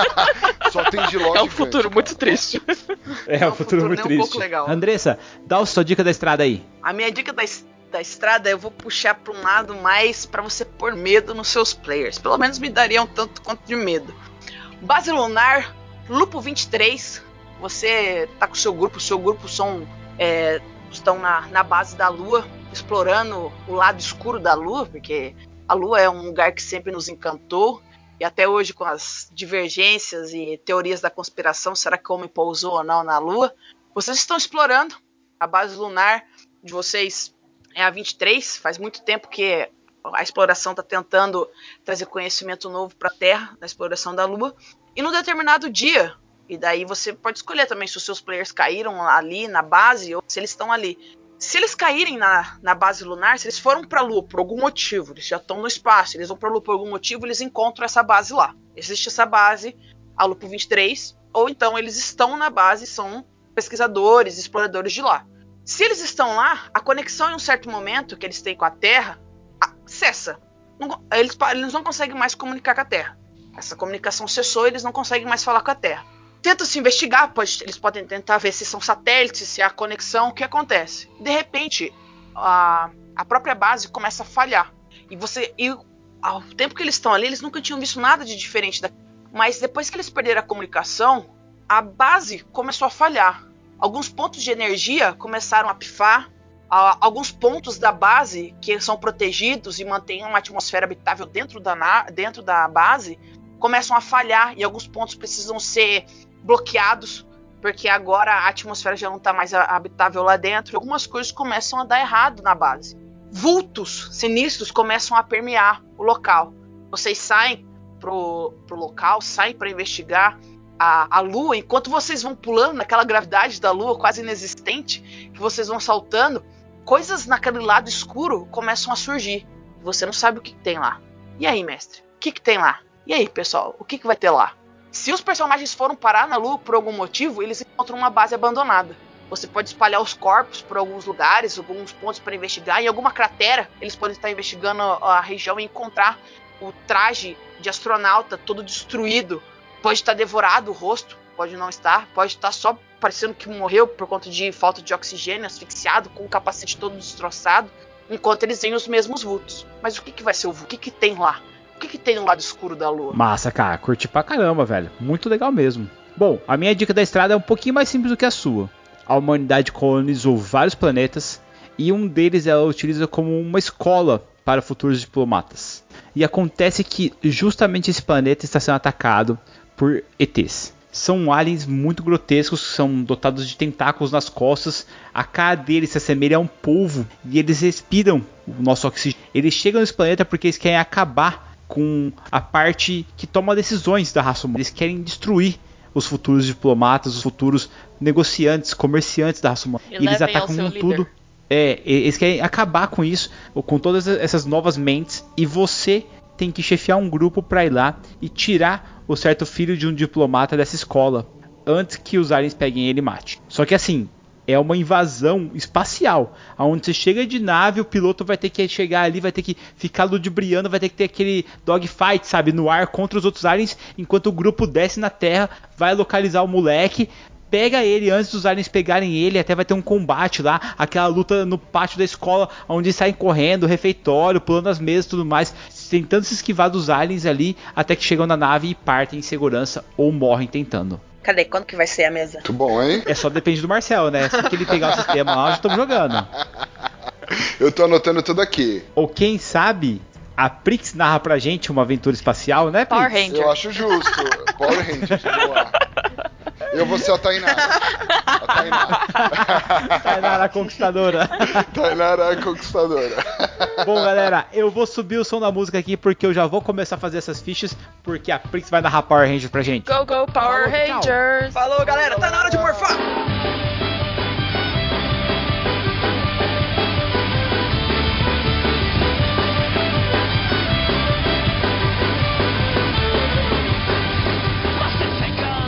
Só tem giló É um gigante, futuro cara. muito triste. É um futuro futuro muito nem um triste. pouco legal. Andressa, dá a sua dica da estrada aí. A minha dica da, es- da estrada eu vou puxar pra um lado mais pra você pôr medo nos seus players. Pelo menos me daria um tanto quanto de medo. Base Lunar, Lupo vinte e três. Você tá com o seu grupo, o seu grupo são, é, estão na, na base da Lua, explorando o lado escuro da Lua, porque a Lua é um lugar que sempre nos encantou. E até hoje, com as divergências e teorias da conspiração, será que o homem pousou ou não na Lua? Vocês estão explorando. A base lunar de vocês é a vinte e três. Faz muito tempo que a exploração está tentando trazer conhecimento novo para a Terra, na exploração da Lua. E num determinado dia, e daí você pode escolher também se os seus players caíram ali na base ou se eles estão ali. Se eles caírem na, na base lunar, se eles foram para a Lua por algum motivo, eles já estão no espaço, eles vão para a Lua por algum motivo, eles encontram essa base lá. Existe essa base, a Lupo vinte e três, ou então eles estão na base, são pesquisadores, exploradores de lá. Se eles estão lá, a conexão em um certo momento que eles têm com a Terra cessa. Não, eles, eles não conseguem mais comunicar com a Terra. Essa comunicação cessou, eles não conseguem mais falar com a Terra. Tenta-se investigar, pode, eles podem tentar ver se são satélites, se há conexão, o que acontece. De repente, a, a própria base começa a falhar. E você, e ao tempo que eles estão ali, eles nunca tinham visto nada de diferente. Da, mas depois que eles perderam a comunicação, a base começou a falhar. Alguns pontos de energia começaram a pifar. Uh, alguns pontos da base que são protegidos e mantêm uma atmosfera habitável dentro da, na, dentro da base começam a falhar e alguns pontos precisam ser bloqueados porque agora a atmosfera já não está mais habitável lá dentro. Algumas coisas começam a dar errado na base. Vultos sinistros começam a permear o local. Vocês saem pro, pro local, saem para investigar a, a Lua. Enquanto vocês vão pulando naquela gravidade da Lua quase inexistente, que vocês vão saltando, coisas naquele lado escuro começam a surgir. Você não sabe o que, que tem lá. E aí, mestre? O que, que tem lá? E aí, pessoal? O que, que vai ter lá? Se os personagens foram parar na Lua por algum motivo, eles encontram uma base abandonada. Você pode espalhar os corpos por alguns lugares, alguns pontos para investigar. Em alguma cratera, eles podem estar investigando a região e encontrar o traje de astronauta todo destruído. Pode estar devorado o rosto, pode não estar. Pode estar só parecendo que morreu por conta de falta de oxigênio, asfixiado, com o capacete todo destroçado. Enquanto eles veem os mesmos vultos. Mas o que, que vai ser o vulto? O que, que tem lá? O que, que tem no lado escuro da lua? Massa, cara. Curti pra caramba, velho. Muito legal mesmo. Bom, a minha dica da estrada é um pouquinho mais simples do que a sua. A humanidade colonizou vários planetas e um deles ela utiliza como uma escola para futuros diplomatas. E acontece que justamente esse planeta está sendo atacado por E Tês. São aliens muito grotescos, que são dotados de tentáculos nas costas. A cara deles se assemelha a um polvo e eles respiram o nosso oxigênio. Eles chegam nesse planeta porque eles querem acabar com a parte que toma decisões da raça humana. Eles querem destruir os futuros diplomatas, os futuros negociantes, comerciantes da raça humana. E eles atacam com tudo. É, eles querem acabar com isso, com todas essas novas mentes. E você tem que chefiar um grupo para ir lá e tirar o certo filho de um diplomata dessa escola antes que os aliens peguem ele e mate. Só que assim, é uma invasão espacial, onde você chega de nave, o piloto vai ter que chegar ali, vai ter que ficar ludibriando, vai ter que ter aquele dogfight, sabe, no ar contra os outros aliens, enquanto o grupo desce na Terra, vai localizar o moleque, pega ele antes dos aliens pegarem ele, até vai ter um combate lá, aquela luta no pátio da escola, onde saem correndo, refeitório, pulando as mesas e tudo mais, tentando se esquivar dos aliens ali, até que chegam na nave e partem em segurança ou morrem tentando. Cadê? Quando que vai ser a mesa? Muito bom, hein? É só depende do Marcel, né? Se que ele pegar o sistema lá, já estamos jogando. Eu tô anotando tudo aqui. Ou quem sabe, a Prix narra pra gente uma aventura espacial, né, Prix? Power Ranger. Eu acho justo. Power Rangers, vamos lá. Eu vou ser a Tainara. A Tainara. Tainara Conquistadora. Tainara Conquistadora. Bom, galera, eu vou subir o som da música aqui porque eu já vou começar a fazer essas fichas, porque a Prix vai narrar Power Rangers pra gente. Go, go, Power Falou, Rangers! Falou, galera, tá na hora de morfar!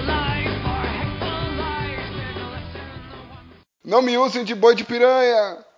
Não me usem de boi de piranha.